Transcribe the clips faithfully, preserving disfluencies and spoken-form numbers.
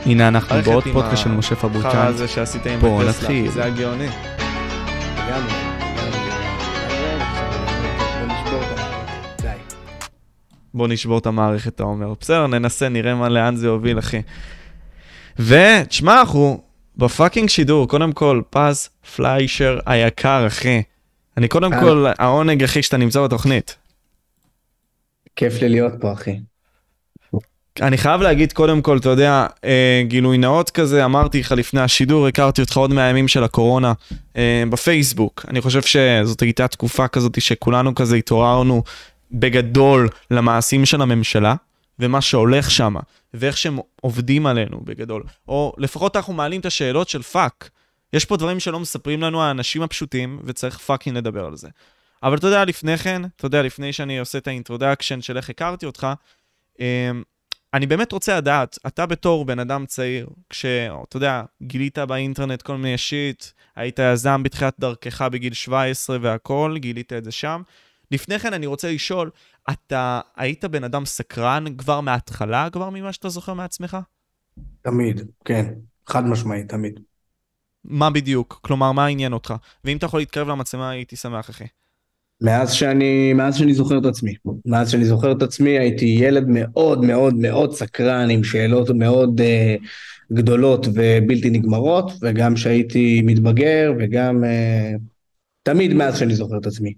הנה אנחנו בעוד פודקאסט של משה פבריקן. חרא הזה שעשית עם בוא בטסלה, נתחיל. זה הגאוני. בוא נשבור את המערכת, אתה אומר. בסדר, ננסה, נראה מה לאן זה הוביל, אחי. ותשמע, אנחנו בפאקינג שידור, קודם כל, פז פליישר היקר, אחי. אני קודם כל, העונג, אחי, שאתה נמצא בתוכנית. כיף לי להיות פה, אחי. אני חייב להגיד, קודם כל, אתה יודע, אה, גילוי נאות כזה, אמרתי לך לפני השידור, הכרתי אותך עוד מהימים של הקורונה, אה, בפייסבוק. אני חושב שזאת הייתה תקופה כזאת שכולנו כזה התעוררנו בגדול למעשים של הממשלה, ומה שהולך שם, ואיך שהם עובדים עלינו בגדול. או לפחות אנחנו מעלים את השאלות של פאק. יש פה דברים שלא מספרים לנו האנשים הפשוטים, וצריך פאקינג לדבר על זה. אבל אתה יודע, לפני כן, אתה יודע, לפני שאני עושה את האינטרודקשן של איך הכרתי אותך, אה, אני באמת רוצה לדעת, אתה בתור בן אדם צעיר, כשאתה יודע, גילית באינטרנט כל מיני שיט, היית יזם בתחילת דרכך בגיל שבע עשרה והכל, גילית את זה שם. לפני כן אני רוצה לשאול, אתה היית בן אדם סקרן כבר מההתחלה, כבר ממה שאתה זוכר מעצמך? תמיד, כן. חד משמעי, תמיד. מה בדיוק? כלומר, מה העניין אותך? ואם אתה יכול להתקרב למצלמה, הייתי שמח, אחי. מאז שאני, מאז שאני זוכר את עצמי. מאז שאני זוכר את עצמי, הייתי ילד מאוד מאוד מאוד סקרן, עם שאלות מאוד uh, גדולות ובלתי נגמרות, וגם שהייתי מתבגר, וגם uh, תמיד מאז שאני זוכר את עצמי.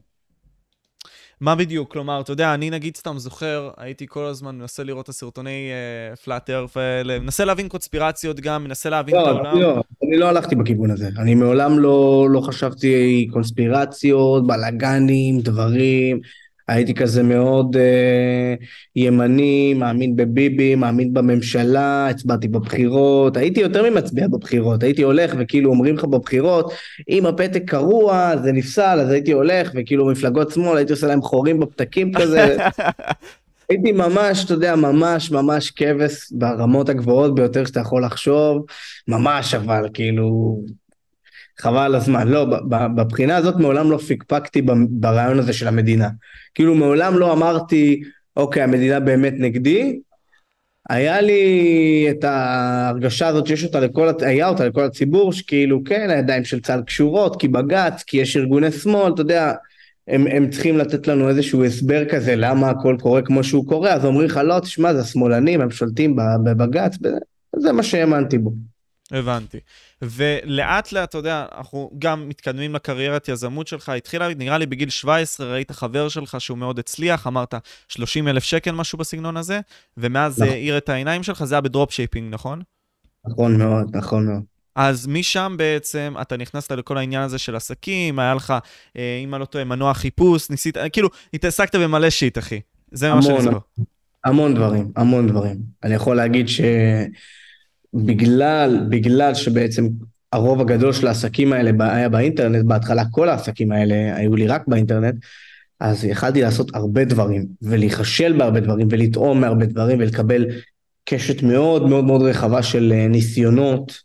מה בדיוק? כלומר, אתה יודע, אני נגיד סתם זוכר, הייתי כל הזמן מנסה לראות את הסרטוני פלאט ארף האלה, מנסה להבין קונספירציות גם, מנסה להבין לא, את העולם. לא, אני לא הלכתי בכיוון הזה. אני מעולם לא, לא חשבתי קונספירציות, בלגנים, דברים. הייתי כזה מאוד אה, ימני, מאמין בביבי, מאמין בממשלה, הצבעתי בבחירות. הייתי יותר ממצביע בבחירות. הייתי הולך וכאילו אומרים לך בבחירות, אם הפתק קרוע, זה נפסל, אז הייתי הולך וכאילו מפלגות שמאל, הייתי עושה להם חורים בפתקים כזה. הייתי ממש, אתה יודע, ממש, ממש כבש ברמות הגבוהות ביותר שאתה יכול לחשוב. ממש, אבל כאילו... חבל על הזמן, לא, בבחינה הזאת מעולם לא פיקפקתי ברעיון הזה של המדינה, כאילו מעולם לא אמרתי, אוקיי, המדינה באמת נגדי, היה לי את ההרגשה הזאת שיש אותה לכל, היה אותה לכל הציבור, שכאילו כן, הידיים של צה"ל קשורות, כי בג"ץ, כי יש ארגוני שמאל, אתה יודע, הם, הם צריכים לתת לנו איזשהו הסבר כזה, למה הכל קורה כמו שהוא קורה, אז אומרים לך, לא, תשמע, זה השמאלנים, הם שולטים בבג"ץ, זה מה שהאמנתי בו. הבנתי. ולאט לאט, אתה יודע, אנחנו גם מתקדמים לקריירת יזמות שלך, התחילה, נראה לי בגיל שבע עשרה, ראית חבר שלך שהוא מאוד הצליח, אמרת שלושים אלף שקל משהו בסגנון הזה, ומאז זה העיר את העיניים שלך, זה היה בדרופ שייפינג, נכון? נכון מאוד, נכון מאוד. אז משם בעצם אתה נכנסת לכל העניין הזה של עסקים, היה לך, אם אני לא טועה, מנוע חיפוש, ניסית, כאילו, התעסקת במלא שיט, אחי. זה מה שאני זוכר. המון דברים, המון דברים. אני יכול להגיד ש... בגלל, בגלל שבעצם הרוב הגדול של העסקים האלה היה באינטרנט, בהתחלה כל העסקים האלה היו לי רק באינטרנט, אז יכלתי לעשות הרבה דברים, ולהיחשל בהרבה דברים, ולטעום מהרבה דברים, ולקבל קשת מאוד מאוד מאוד רחבה של ניסיונות.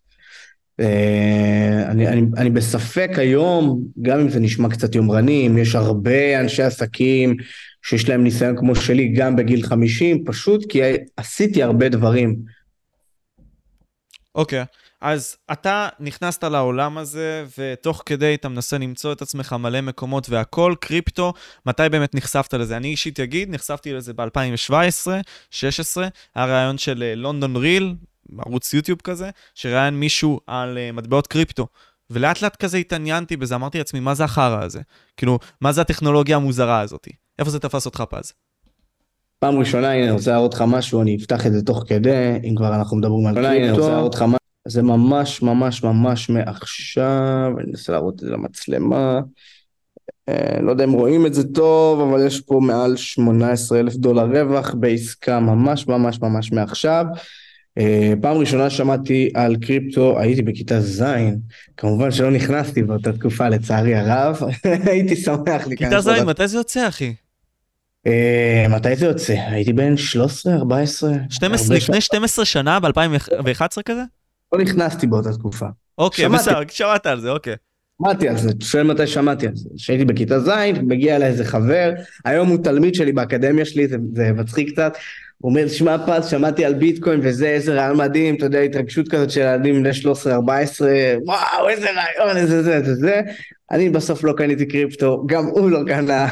אני, אני, אני בספק היום, גם אם זה נשמע קצת יומרני, אם יש הרבה אנשי עסקים שיש להם ניסיון כמו שלי, גם בגיל חמישים, פשוט כי עשיתי הרבה דברים. אוקיי, okay. אז אתה נכנסת לעולם הזה, ותוך כדי אתה מנסה למצוא את עצמך מלא מקומות והכל, קריפטו, מתי באמת נחשפת לזה? אני אישית אגיד, נחשפתי לזה ב-אלפיים שבע עשרה שש עשרה, היה רעיון של לונדון ריל, ערוץ יוטיוב כזה, שראיין מישהו על מטבעות קריפטו, ולאט לאט כזה התעניינתי בזה, אמרתי לעצמי, מה זה החרא הזה? כאילו, מה זה הטכנולוגיה המוזרה הזאת? איפה זה תפס אותך פז? פעם ראשונה, הנה, אני רוצה להראות לך משהו, אני אפתח את זה תוך כדי, אם כבר אנחנו מדברים על קריפטו. אני רוצה להראות לך משהו, זה ממש ממש ממש מעכשיו, אני אנסה להראות את זה למצלמה, לא יודע אם רואים את זה טוב, אבל יש פה מעל שמונה עשרה אלף דולר רווח, בעסקה ממש ממש ממש מעכשיו. פעם ראשונה שמעתי על קריפטו, הייתי בכיתה זין, כמובן שלא נכנסתי באותה תקופה לצערי הרב, הייתי שמח להיכנס. כיתה זין, מתי זה יוצא אחי? מתי זה יוצא? הייתי בן שלוש עשרה ארבע עשרה. לפני שתים עשרה שנה, ב-אלפיים ואחת עשרה כזה? לא נכנסתי באותה תקופה. אוקיי, בסדר, שמעת על זה, אוקיי. שמעתי על זה, שואל מתי שמעתי על זה. שהייתי בכיתה זין, מגיע אליי איזה חבר, היום הוא תלמיד שלי באקדמיה שלי, זה מצחיק קצת, הוא אומר, שמע פס, שמעתי על ביטקוין וזה, איזה רעיון מדהים, אתה יודע, התרגשות כזאת של ילדים בני שלוש עשרה ארבע עשרה, וואו, איזה רעיון, איזה זה, איזה זה. אני בסוף לא קניתי קריפטו, גם הוא לא קנה,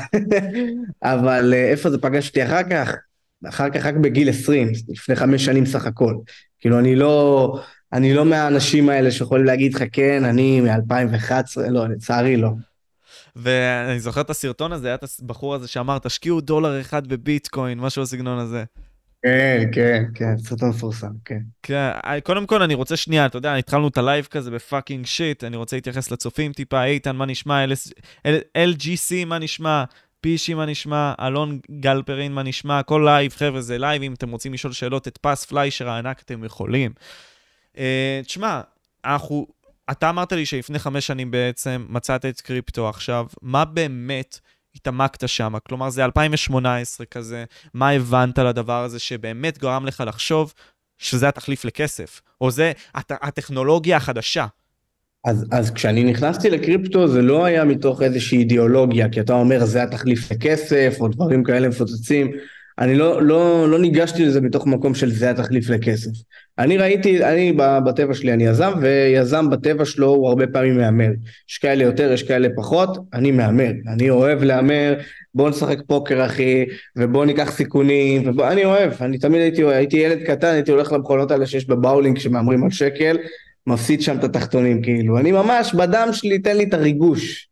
אבל איפה זה פגש אותי אחר כך? אחר כך רק בגיל עשרים, לפני חמש שנים סך הכל. כאילו, אני לא, אני לא מהאנשים האלה שיכולים להגיד לך, כן, אני מ-אלפיים ואחת עשרה, לא, לצערי לא. ואני זוכר את הסרטון הזה, היה את הבחור הזה שאמר, תשקיעו דולר אחד בביטקוין, משהו בסגנון הזה. כן, כן, כן, סרטון מפורסם, כן. כן, קודם כל אני רוצה שנייה, אתה יודע, התחלנו את הלייב כזה בפאקינג שיט, אני רוצה להתייחס לצופים טיפה, איתן, מה נשמע, אל ג'י סי, מה נשמע, פישי, מה נשמע, אלון גלפרין, מה נשמע, כל לייב, חבר'ה, זה לייב, אם אתם רוצים לשאול שאלות, את פס פליישר הענק, אתם יכולים. תשמע, אנחנו, אתה אמרת לי שלפני חמש שנים בעצם מצאת את קריפטו עכשיו, מה באמת התעמקת שם? כלומר, זה אלפיים ושמונה עשרה כזה, מה הבנת על הדבר הזה שבאמת גרם לך לחשוב שזה התחליף לכסף, או זה הט- הטכנולוגיה החדשה? אז, אז כשאני נכנסתי לקריפטו זה לא היה מתוך איזושהי אידיאולוגיה, כי אתה אומר זה התחליף לכסף, או דברים כאלה מפוצצים, אני לא, לא, לא ניגשתי לזה מתוך מקום של זה התחליף לכסף. אני ראיתי, אני בטבע שלי אני יזם, ויזם בטבע שלו הוא הרבה פעמים מאמר. יש כאלה יותר, יש כאלה פחות, אני מאמר. אני אוהב לאמר, בוא נשחק פוקר אחי, ובוא ניקח סיכונים, ובוא, אני אוהב, אני תמיד הייתי, הייתי ילד קטן, הייתי הולך למכונות האלה שיש בבאולינג שמאמרים על שקל, מפסיד שם את התחתונים כאילו. אני ממש, בדם שלי, תן לי את הריגוש.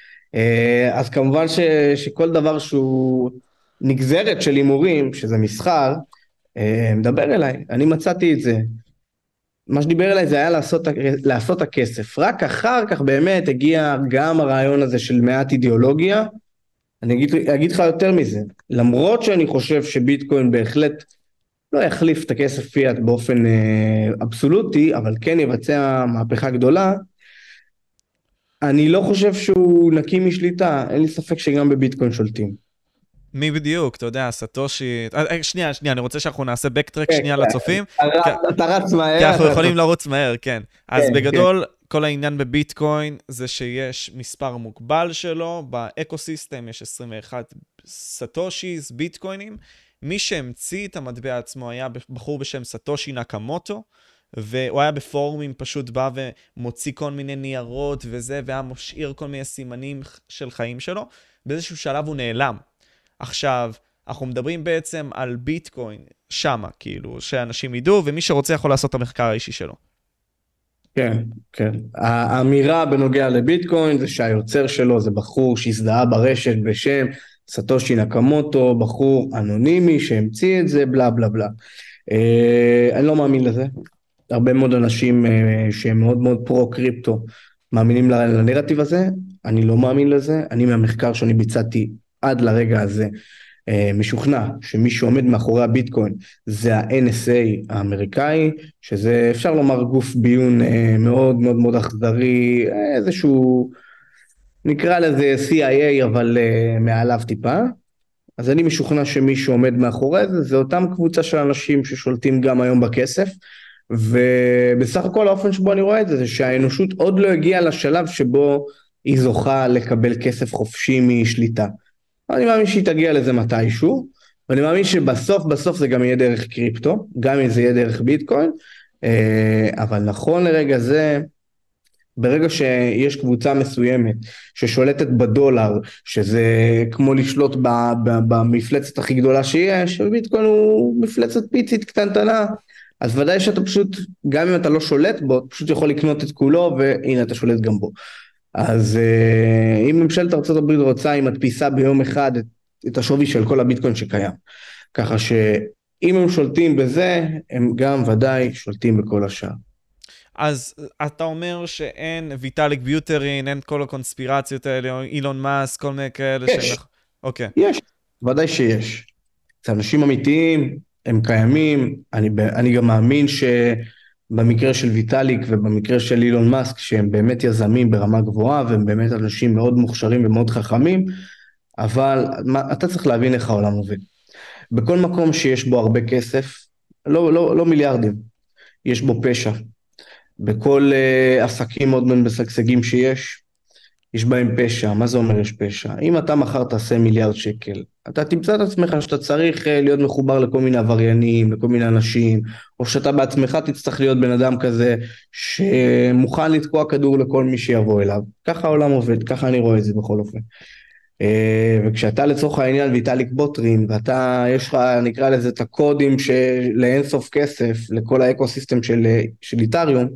אז כמובן ש, שכל דבר שהוא נגזרת של הימורים, שזה מסחר, מדבר אליי, אני מצאתי את זה. מה שדיבר אליי זה היה לעשות, לעשות הכסף. רק אחר כך באמת הגיע גם הרעיון הזה של מעט אידיאולוגיה. אני אגיד, אגיד לך יותר מזה. למרות שאני חושב שביטקוין בהחלט לא יחליף את הכסף פיאט באופן אה, אבסולוטי, אבל כן יבצע מהפכה גדולה, אני לא חושב שהוא נקי משליטה. אין לי ספק שגם בביטקוין שולטים. מי בדיוק, אתה יודע, סטושי... שנייה, שנייה, אני רוצה שאנחנו נעשה בקטרק שנייה לצופים. אתה רץ מהר. כי אנחנו יכולים לרוץ מהר, כן. אז בגדול, כל העניין בביטקוין זה שיש מספר מוגבל שלו, באקוסיסטם יש עשרים ואחת סטושיז, ביטקוינים. מי שהמציא את המטבע עצמו היה בחור בשם סטושי נקמוטו, והוא היה בפורומים פשוט בא ומוציא כל מיני ניירות וזה, והיה משאיר כל מיני סימנים של חיים שלו. באיזשהו שלב הוא נעלם. עכשיו, אנחנו מדברים בעצם על ביטקוין שמה, כאילו, שאנשים ידעו, ומי שרוצה יכול לעשות את המחקר האישי שלו. כן, כן. האמירה בנוגע לביטקוין זה שהיוצר שלו זה בחור שהזדהה ברשת בשם סטושי נקמוטו, בחור אנונימי שהמציא את זה, בלה בלה בלה. אה, אני לא מאמין לזה. הרבה מאוד אנשים אה, שהם מאוד מאוד פרו-קריפטו מאמינים לנרטיב הזה, אני לא מאמין לזה. אני מהמחקר שאני ביצעתי עד לרגע הזה, משוכנע שמי שעומד מאחורי הביטקוין זה ה-אן אס איי האמריקאי, שזה אפשר לומר גוף ביון מאוד מאוד מאוד אכזרי, איזשהו, נקרא לזה סי איי איי אבל מעליו טיפה. אז אני משוכנע שמי שעומד מאחורי זה, זה אותם קבוצה של אנשים ששולטים גם היום בכסף, ובסך הכל האופן שבו אני רואה את זה, זה שהאנושות עוד לא הגיעה לשלב שבו היא זוכה לקבל כסף חופשי משליטה. אני מאמין שהיא תגיע לזה מתישהו, ואני מאמין שבסוף בסוף זה גם יהיה דרך קריפטו, גם אם זה יהיה דרך ביטקוין, אבל נכון לרגע זה, ברגע שיש קבוצה מסוימת ששולטת בדולר, שזה כמו לשלוט במפלצת הכי גדולה שיש, וביטקוין הוא מפלצת פיצית קטנטנה, אז ודאי שאתה פשוט, גם אם אתה לא שולט בו, אתה פשוט יכול לקנות את כולו, והנה אתה שולט גם בו. אז uh, אם ממשלת ארצות הברית רוצה, היא מדפיסה ביום אחד את, את השווי של כל הביטקוין שקיים. ככה שאם הם שולטים בזה, הם גם ודאי שולטים בכל השאר. אז אתה אומר שאין ויטאליק ביוטרין, אין כל הקונספירציות האלה, אילון מאסק, כל מיני כאלה. יש, שהם... אוקיי. יש, ודאי שיש. זה אנשים אמיתיים, הם קיימים, אני, אני גם מאמין ש... במקרה של ויטאליק ובמקרה של אילון מאסק, שהם באמת יזמים ברמה גבוהה, והם באמת אנשים מאוד מוכשרים ומאוד חכמים, אבל מה, אתה צריך להבין איך העולם עובד. בכל מקום שיש בו הרבה כסף, לא, לא, לא מיליארדים, יש בו פשע. בכל uh, עסקים מאוד מאוד משגשגים שיש, יש בהם פשע. מה זה אומר יש פשע? אם אתה מחר תעשה מיליארד שקל, אתה תמצא את עצמך שאתה צריך להיות מחובר לכל מיני עבריינים, לכל מיני אנשים, או שאתה בעצמך תצטרך להיות בן אדם כזה שמוכן לתקוע כדור לכל מי שיבוא אליו. ככה העולם עובד, ככה אני רואה את זה בכל אופן. וכשאתה לצורך העניין ויטאליק בוטרין, ואתה, יש לך, נקרא לזה, את הקודים לאינסוף כסף, לכל האקוסיסטם של, של איתריום,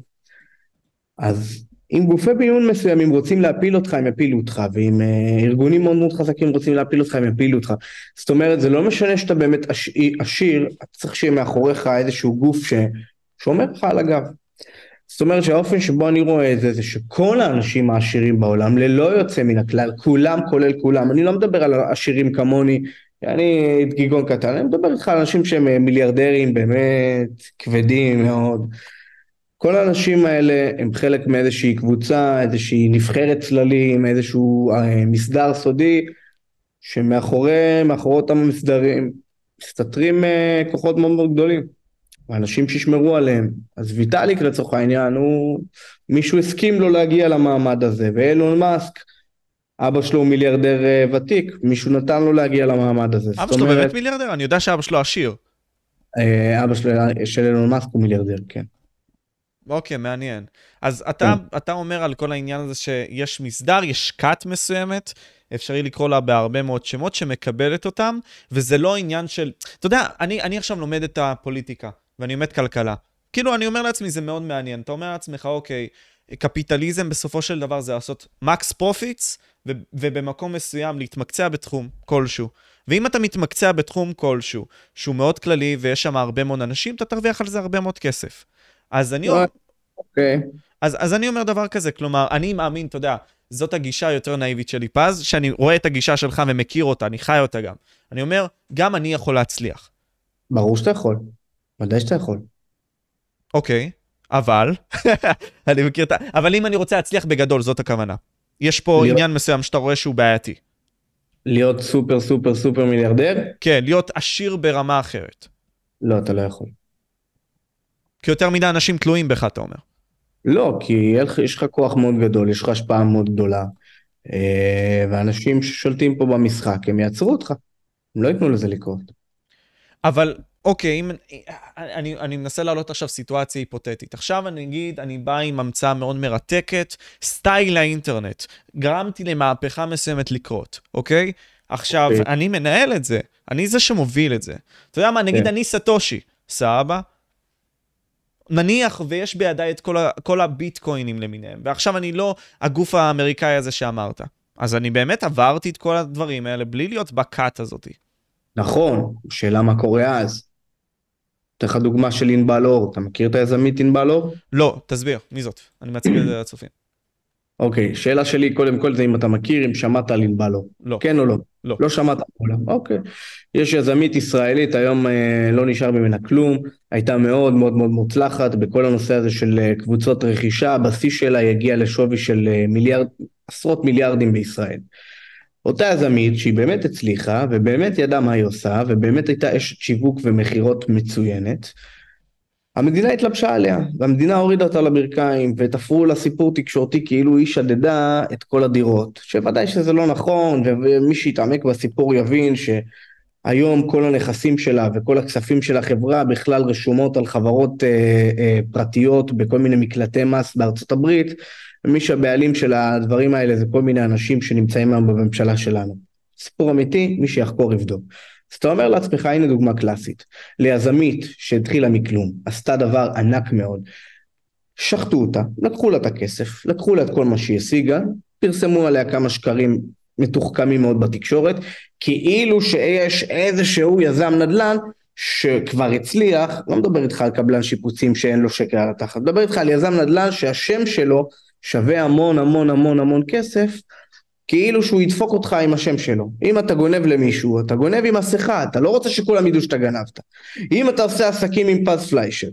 אז אם גופי ביון מסוימים רוצים להפיל אותך, הם יפילו אותך, ואם ארגונים מאוד מאוד חזקים רוצים להפיל אותך, הם יפילו אותך. זאת אומרת, זה לא משנה שאתה באמת עשיר, אתה צריך שיהיה מאחוריך איזשהו גוף ששומר לך על הגב. זאת אומרת שהאופן שבו אני רואה את זה, זה שכל האנשים העשירים בעולם, ללא יוצא מן הכלל, כולם כולל כולם, אני לא מדבר על עשירים כמוני, אני גיגון קטן, אני מדבר איתך על אנשים שהם מיליארדרים באמת כבדים מאוד, כל האנשים האלה הם חלק מאיזושהי קבוצה, איזושהי נבחרת צללים, איזשהו אה, מסדר סודי, שמאחורי, מאחורי אותם המסדרים, מסתתרים אה, כוחות מאוד מאוד גדולים, האנשים שישמרו עליהם. אז ויטאליק לצורך העניין, הוא, מישהו הסכים לו להגיע למעמד הזה, ואילון מאסק, אבא שלו הוא מיליארדר אה, ותיק, מישהו נתן לו להגיע למעמד הזה. אבא שלו אומרת, באמת מיליארדר? אני יודע שאבא שלו עשיר. אה, אבא שלו, של אילון מאסק הוא מיליארדר, כן. אוקיי, מעניין. אז אתה, אתה אומר על כל העניין הזה שיש מסדר, יש קאט מסוימת, אפשרי לקרוא לה בהרבה מאוד שמות שמקבלת אותם, וזה לא עניין של, אתה יודע, אני, אני עכשיו לומד את הפוליטיקה, ואני לומד כלכלה. כאילו, אני אומר לעצמי, זה מאוד מעניין. אתה אומר לעצמך, אוקיי, קפיטליזם בסופו של דבר זה לעשות מקס פרופיטס, ו- ובמקום מסוים להתמקצע בתחום כלשהו. ואם אתה מתמקצע בתחום כלשהו, שהוא מאוד כללי, ויש שם הרבה מאוד אנשים, אתה תרוויח על זה הרבה מאוד כסף. אז אני, okay. אז, אז אני אומר דבר כזה, כלומר, אני מאמין, אתה יודע, זאת הגישה היותר נאיבית שלי פז, שאני רואה את הגישה שלך ומכיר אותה, אני חי אותה גם. אני אומר, גם אני יכול להצליח. ברור שאתה יכול, ודאי שאתה יכול. אוקיי, אבל, אני מכיר את ה... אבל אם אני רוצה להצליח בגדול, זאת הכוונה. יש פה להיות... עניין מסוים שאתה רואה שהוא בעייתי. להיות סופר סופר סופר מיליארדר? כן, להיות עשיר ברמה אחרת. לא, אתה לא יכול. כי יותר מדי אנשים תלויים בך, אתה אומר. לא, כי יש לך כוח מאוד גדול, יש לך השפעה מאוד גדולה, ואנשים ששולטים פה במשחק, הם יעצרו אותך, הם לא ייתנו לזה לקרות. אבל, אוקיי, אם, אני, אני מנסה להעלות עכשיו סיטואציה היפותטית. עכשיו אני אגיד, אני בא עם המצאה מאוד מרתקת, סטייל האינטרנט, גרמתי למהפכה מסוימת לקרות, אוקיי? עכשיו, אוקיי. אני מנהל את זה, אני זה שמוביל את זה. אתה יודע מה, נגיד אני סטושי, סבבה? נניח ויש בידיי את כל, ה, כל הביטקוינים למיניהם, ועכשיו אני לא הגוף האמריקאי הזה שאמרת. אז אני באמת עברתי את כל הדברים האלה בלי להיות בקאט הזאת. נכון, שאלה מה קורה אז. אתן לך דוגמה של ענבל אור, אתה מכיר את היזמית ענבל אור? לא, תסביר, מי זאת? אני מציג את זה לצופים. אוקיי, שאלה שלי קודם כל זה אם אתה מכיר, אם שמעת על ענבל אור. לא. כן או לא? לא. לא שמעת כולם, אוקיי. יש יזמית ישראלית, היום אה, לא נשאר ממנה כלום, הייתה מאוד מאוד מאוד מוצלחת בכל הנושא הזה של אה, קבוצות רכישה, הבסיס שלה יגיע לשווי של אה, מיליארד, עשרות מיליארדים בישראל. אותה יזמית שהיא באמת הצליחה, ובאמת ידעה מה היא עושה, ובאמת הייתה אשת שיווק ומחירות מצוינת, המדינה התלבשה עליה, והמדינה הורידה אותה לברכיים, ותפרו לה סיפור תקשורתי כאילו היא שדדה את כל הדירות, שוודאי שזה לא נכון, ומי שיתעמק בסיפור יבין שהיום כל הנכסים שלה וכל הכספים של החברה בכלל רשומות על חברות אה, אה, פרטיות בכל מיני מקלטי מס בארצות הברית, ומי שהבעלים של הדברים האלה זה כל מיני אנשים שנמצאים היום בממשלה שלנו. סיפור אמיתי, מי שיחקור יבדוק. אז אתה אומר לעצמך, הנה דוגמה קלאסית, ליזמית שהתחילה מכלום, עשתה דבר ענק מאוד, שחטו אותה, לקחו לה את הכסף, לקחו לה את כל מה שהיא השיגה, פרסמו עליה כמה שקרים מתוחכמים מאוד בתקשורת, כאילו שיש איזשהו יזם נדל"ן שכבר הצליח, לא מדבר איתך על קבלן שיפוצים שאין לו שקר על התחת, מדבר איתך על יזם נדל"ן שהשם שלו שווה המון המון המון המון כסף, כאילו שהוא ידפוק אותך עם השם שלו. אם אתה גונב למישהו, אתה גונב עם מסכה, אתה לא רוצה שכולם ידעו שאתה גנבת. אם אתה עושה עסקים עם פז פליישר,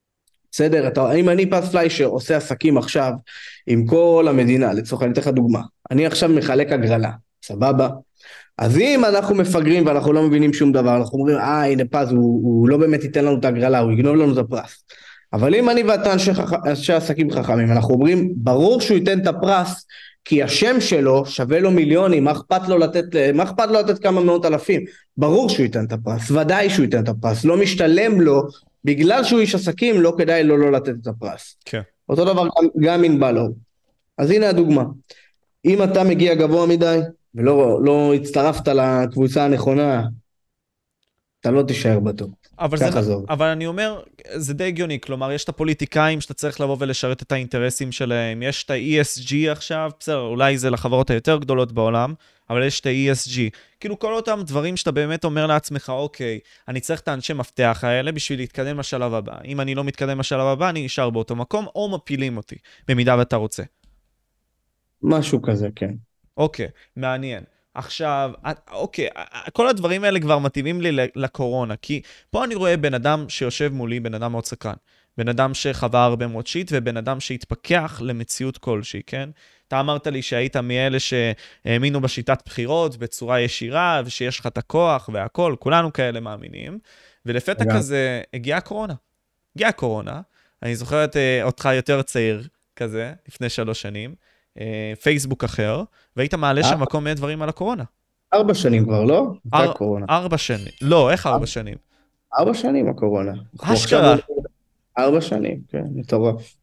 בסדר, אתה, אם אני פז פליישר עושה עסקים עכשיו עם כל המדינה, לצורך אני אתן לך דוגמה, אני עכשיו מחלק הגרלה, סבבה? אז אם אנחנו מפגרים ואנחנו לא מבינים שום דבר, אנחנו אומרים, אה, הנה פז, הוא, הוא לא באמת ייתן לנו את הגרלה, הוא יגנוב לנו את הפרס. אבל אם אני ואתה אנשי, אנשי עסקים חכמים, אנחנו אומרים, ברור שהוא ייתן את הפרס, כי השם שלו שווה לו מיליונים, מה אכפת לו לתת, מה אכפת לו לתת כמה מאות אלפים? ברור שהוא ייתן את הפרס, ודאי שהוא ייתן את הפרס, לא משתלם לו, בגלל שהוא איש עסקים, לא כדאי לו לא לתת את הפרס. כן. אותו דבר גם, גם עם בלו. אז הנה הדוגמה. אם אתה מגיע גבוה מדי, ולא לא הצטרפת לקבוצה הנכונה, אתה לא תישאר בטוב. אבל, זה, אבל אני אומר, זה די הגיוני, כלומר, יש את הפוליטיקאים שאתה צריך לבוא ולשרת את האינטרסים שלהם, יש את ה-E S G עכשיו, בסדר, אולי זה לחברות היותר גדולות בעולם, אבל יש את ה-E S G, כאילו כל אותם דברים שאתה באמת אומר לעצמך, אוקיי, אני צריך את האנשי מפתח האלה בשביל להתקדם לשלב הבא, אם אני לא מתקדם לשלב הבא, אני נשאר באותו מקום, או מפילים אותי, במידה ואתה רוצה. משהו כזה, כן. אוקיי, מעניין. עכשיו, אוקיי, כל הדברים האלה כבר מתאימים לי לקורונה, כי פה אני רואה בן אדם שיושב מולי, בן אדם מאוד סקרן, בן אדם שחווה הרבה מאוד שיט, ובן אדם שהתפכח למציאות כלשהי, כן? אתה אמרת לי שהיית מאלה שהאמינו בשיטת בחירות בצורה ישירה, ושיש לך את הכוח והכל, כולנו כאלה מאמינים, ולפתע כזה הגיעה הקורונה. הגיעה הקורונה, אני זוכרת אותך יותר צעיר כזה, לפני שלוש שנים, פייסבוק אחר, והיית מעלה שם מקום מיני דברים על הקורונה. ארבע שנים כבר, לא? ארבע שנים. לא, איך ארבע שנים? ארבע שנים הקורונה. אשכרה. ארבע שנים, כן, מטורף.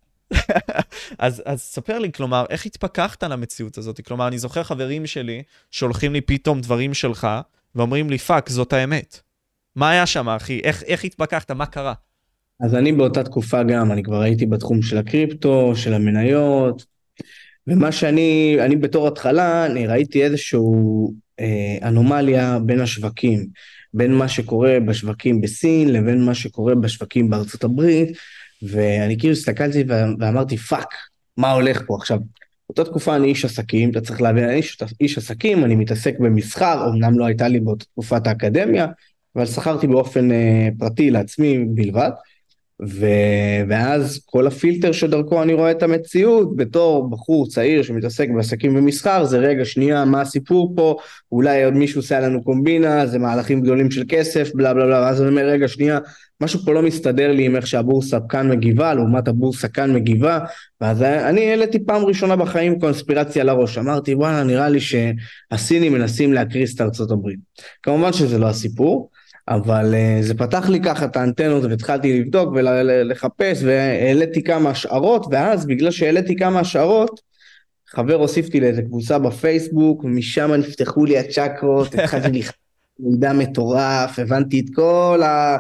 אז ספר לי, כלומר, איך התפכחת למציאות הזאת? כלומר, אני זוכר חברים שלי, שולחים לי פתאום דברים שלך, ואומרים לי, פאק, זאת האמת. מה היה שם, אחי? איך התפכחת? מה קרה? אז אני באותה תקופה גם, אני כבר הייתי בתחום של הקריפטו, של המניות, ומה שאני, אני בתור התחלה, אני ראיתי איזשהו אה, אנומליה בין השווקים, בין מה שקורה בשווקים בסין, לבין מה שקורה בשווקים בארצות הברית, ואני כאילו הסתכלתי ואמרתי, פאק, מה הולך פה עכשיו? באותה תקופה אני איש עסקים, אתה צריך להבין, אני איש, איש עסקים, אני מתעסק במסחר, אמנם לא הייתה לי באותה תקופת האקדמיה, אבל שכרתי באופן אה, פרטי לעצמי בלבד, ו... ואז כל הפילטר שדרכו אני רואה את המציאות, בתור בחור צעיר שמתעסק בעסקים ומסחר, זה רגע שנייה, מה הסיפור פה, אולי עוד מישהו עושה לנו קומבינה, זה מהלכים גדולים של כסף, בלה בלה בלה, ואז אני אומר, רגע שנייה, משהו פה לא מסתדר לי עם איך שהבורסה כאן מגיבה, לעומת הבורסה כאן מגיבה, ואז אני העליתי פעם ראשונה בחיים קונספירציה לראש, אמרתי, וואלה, נראה לי שהסינים מנסים להקריס את ארצות הברית. כמובן שזה לא הסיפור, אבל uh, זה פתח לי ככה את האנטנות, והתחלתי לבדוק ולחפש, והעליתי כמה השערות, ואז בגלל שהעליתי כמה השערות, חבר הוסיפתי לאיזה קבוצה בפייסבוק, ומשם נפתחו לי הצ'קרות, התחלתי לך מידע מטורף, הבנתי את כל ה...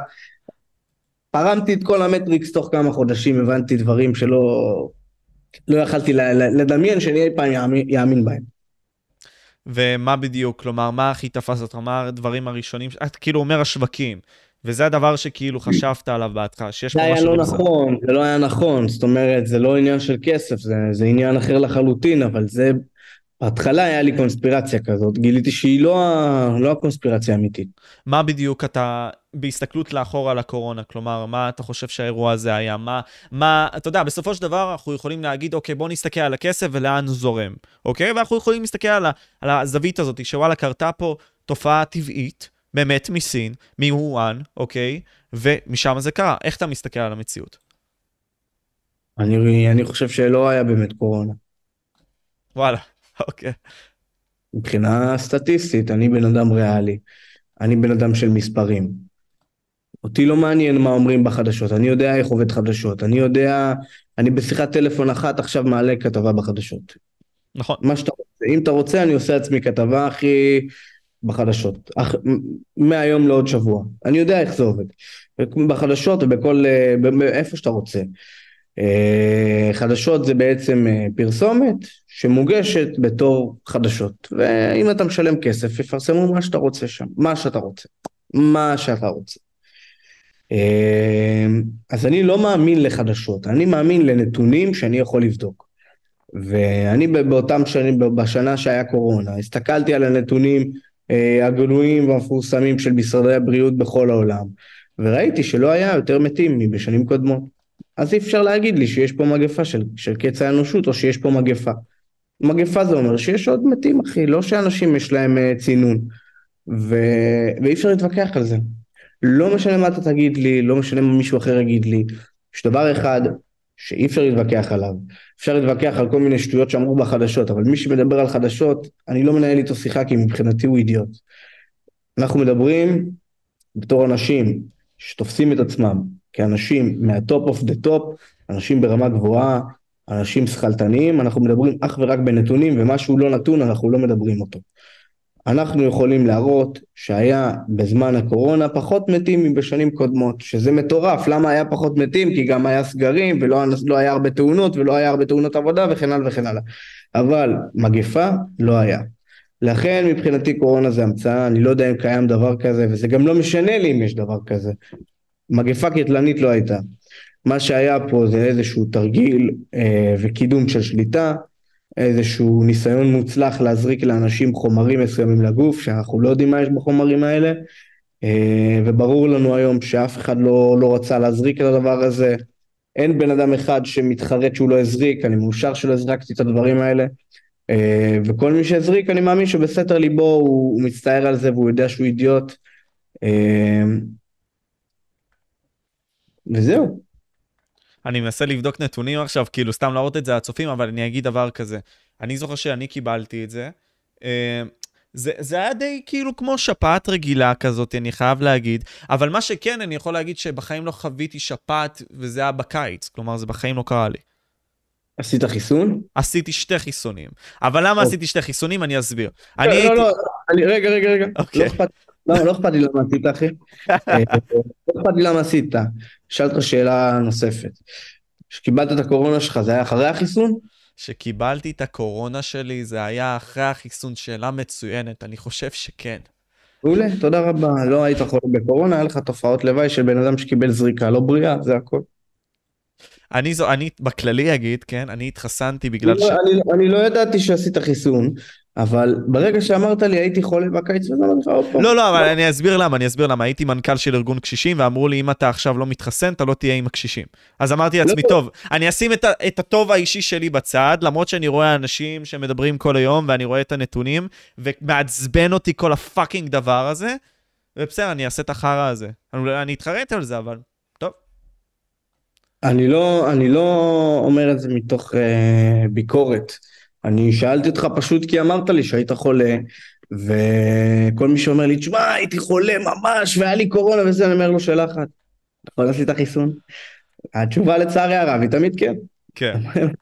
פרמתי את כל המטריקס תוך כמה חודשים, הבנתי דברים שלא לא יכלתי לדמיין שאני אי פעם יאמין, יאמין בהם. ומה בדיוק, כלומר, מה הכי תפס אותך, מה הדברים הראשונים, את כאילו אומר השווקים, וזה הדבר שכאילו חשבת עליו בהתחלה, שיש פה משהו... זה היה לא נכון, זה לא היה נכון, זאת אומרת, זה לא עניין של כסף, זה, זה עניין אחר לחלוטין, אבל זה, בהתחלה היה לי קונספירציה כזאת, גיליתי שהיא לא, לא הקונספירציה האמיתית. מה בדיוק אתה, בהסתכלות לאחור על הקורונה, כלומר, מה אתה חושב שהאירוע הזה היה, מה, מה, אתה יודע, בסופו של דבר אנחנו יכולים להגיד, אוקיי, בוא נסתכל על הכסף ולאן הוא זורם, אוקיי? ואנחנו יכולים להסתכל על, על הזווית הזאת, שוואלה, קרתה פה תופעה טבעית, באמת מסין, מיוואן, אוקיי? ומשם זה קרה. איך אתה מסתכל על המציאות? אני, אני חושב שלא היה באמת קורונה. וואלה, אוקיי. מבחינה סטטיסטית, אני בן אדם ריאלי. אני בן אדם של מספרים. אותי לא מעניין מה אומרים בחדשות. אני יודע איך עובד חדשות. אני יודע, אני בשיחת טלפון אחת עכשיו מעלה כתבה בחדשות. נכון. מה שאתה רוצה. אם אתה רוצה, אני עושה עצמי כתבה הכי בחדשות. אח, מהיום לעוד שבוע. אני יודע איך זה עובד. בחדשות ובכל, איפה שאתה רוצה. חדשות זה בעצם פרסומת שמוגשת בתור חדשות, ואם אתה משלם כסף יפרסמו מה שאתה רוצה שם, מה שאתה רוצה, מה שאתה רוצה. אז אני לא מאמין לחדשות, אני מאמין לנתונים שאני יכול לבדוק, ואני באותם שנים, בשנה שהיה קורונה, הסתכלתי על הנתונים הגלויים והמפורסמים של משרדי הבריאות בכל העולם, וראיתי שלא היה יותר מתים מבשנים קודמות. אז אי אפשר להגיד לי שיש פה מגפה של, של קץ האנושות, או שיש פה מגפה. מגפה זה אומר שיש עוד מתים, אחי, לא שאנשים יש להם uh, צינון, ו... ואי אפשר להתווכח על זה. לא משנה מה אתה תגיד לי, לא משנה מה מישהו אחר יגיד לי, יש דבר אחד שאי אפשר להתווכח עליו. אפשר להתווכח על כל מיני שטויות שאמרו בחדשות, אבל מי שמדבר על חדשות, אני לא מנהל איתו שיחה, כי מבחינתי הוא אידיוט. אנחנו מדברים בתור אנשים שתופסים את עצמם, כאנשים מהטופ אוף דה טופ, אנשים ברמה גבוהה, אנשים שכלתניים, אנחנו מדברים אך ורק בנתונים, ומה שהוא לא נתון, אנחנו לא מדברים אותו. אנחנו יכולים להראות שהיה בזמן הקורונה פחות מתים מבשנים קודמות, שזה מטורף. למה היה פחות מתים? כי גם היה סגרים, ולא לא היה הרבה תאונות, ולא היה הרבה תאונות עבודה, וכן הלאה וכן הלאה. אבל מגפה לא היה. לכן מבחינתי קורונה זה המצאה, אני לא יודע אם קיים דבר כזה, וזה גם לא משנה לי אם יש דבר כזה. מגפה קטלנית לא הייתה. מה שהיה פה זה איזשהו תרגיל אה, וקידום של שליטה, איזשהו ניסיון מוצלח להזריק לאנשים חומרים מסוימים לגוף, שאנחנו לא יודעים מה יש בחומרים האלה, אה, וברור לנו היום שאף אחד לא, לא רצה להזריק את הדבר הזה. אין בן אדם אחד שמתחרט שהוא לא הזריק, אני מאושר שלא הזרקתי את הדברים האלה, וכל מי שהזריק, אני מאמין שבסתר ליבו הוא, הוא מצטער על זה, והוא יודע שהוא אידיוט, וזהו. אני מנסה לבדוק נתונים עכשיו, כאילו סתם להראות את זה הצופים, אבל אני אגיד דבר כזה. אני זוכר שאני קיבלתי את זה. זה, זה היה די כאילו כמו שפעת רגילה כזאת, אני חייב להגיד. אבל מה שכן, אני יכול להגיד שבחיים לא חוויתי שפעת, וזה היה בקיץ. כלומר, זה בחיים לא קרה לי. עשית חיסון? עשיתי שתי חיסונים. אבל למה עשיתי שתי חיסונים? אני אסביר. לא, לא, רגע, רגע, רגע. לא אכפת לי למה עשית, אחי. לא אכפת לי למה עשית. שאלת לך שאלה נוספת. שקיבלת את הקורונה שלך, זה היה אחרי החיסון? שקיבלתי את הקורונה שלי, זה היה אחרי החיסון. שאלה מצוינת, אני חושב שכן. מעולה, תודה רבה. לא היית חולה בקורונה, היה לך תופעות לוואי של בן אדם שקיבל זריקה, לא בריאה, זה הכל. אני זו, אני בכללי אגיד, כן, אני התחסנתי בגלל אני, ש... אני, אני לא ידעתי שעשית חיסון, אבל ברגע שאמרת לי הייתי חולה בקיץ, וזה אמרתי לך עוד פעם. לא, לא, אבל אני אסביר למה, אני אסביר למה. הייתי מנכ"ל של ארגון קשישים, ואמרו לי, אם אתה עכשיו לא מתחסן, אתה לא תהיה עם הקשישים. אז אמרתי לעצמי, טוב, אני אשים את, את הטוב האישי שלי בצד, למרות שאני רואה אנשים שמדברים כל היום, ואני רואה את הנתונים, ומעצבן אותי כל הפאקינג דבר הזה, ובסדר, אני אעשה את החרא הזה. אני, אני אתחרט על זה, אבל טוב. אני לא, אני לא אומר את זה מתוך אה, ביקורת. אני שאלתי אותך פשוט כי אמרת לי שהיית חולה, וכל מי שאומר לי, תשמע, הייתי חולה ממש, והיה לי קורונה וזה, אני אומר לו שאלה אחת. אתה יכול לעשות את החיסון? התשובה לצערי הרב היא תמיד כן. כן.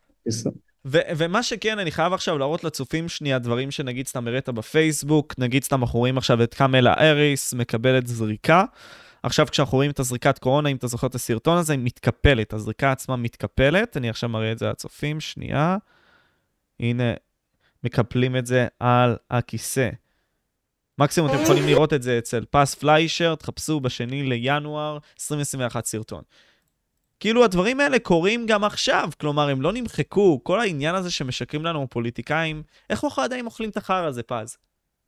ו- ומה שכן, אני חייב עכשיו להראות לצופים שנייה דברים שנגיד סתם הראית בפייסבוק, נגיד סתם אנחנו רואים עכשיו את קמלה אריס, מקבלת זריקה. עכשיו כשאנחנו רואים את הזריקת קורונה, אם אתה זוכר את הסרטון הזה, היא מתקפלת, הזריקה עצמה מתקפלת, אני עכשיו מראה את זה לצופים, שנייה, הנה, מקפלים את זה על הכיסא. מקסימום אתם יכולים לראות את זה אצל פס פליישר, תחפשו בשני לינואר עשרים עשרים ואחת סרטון. כאילו הדברים האלה קורים גם עכשיו, כלומר הם לא נמחקו, כל העניין הזה שמשקרים לנו פוליטיקאים, איך אנחנו עדיין אוכלים את החר הזה, פז?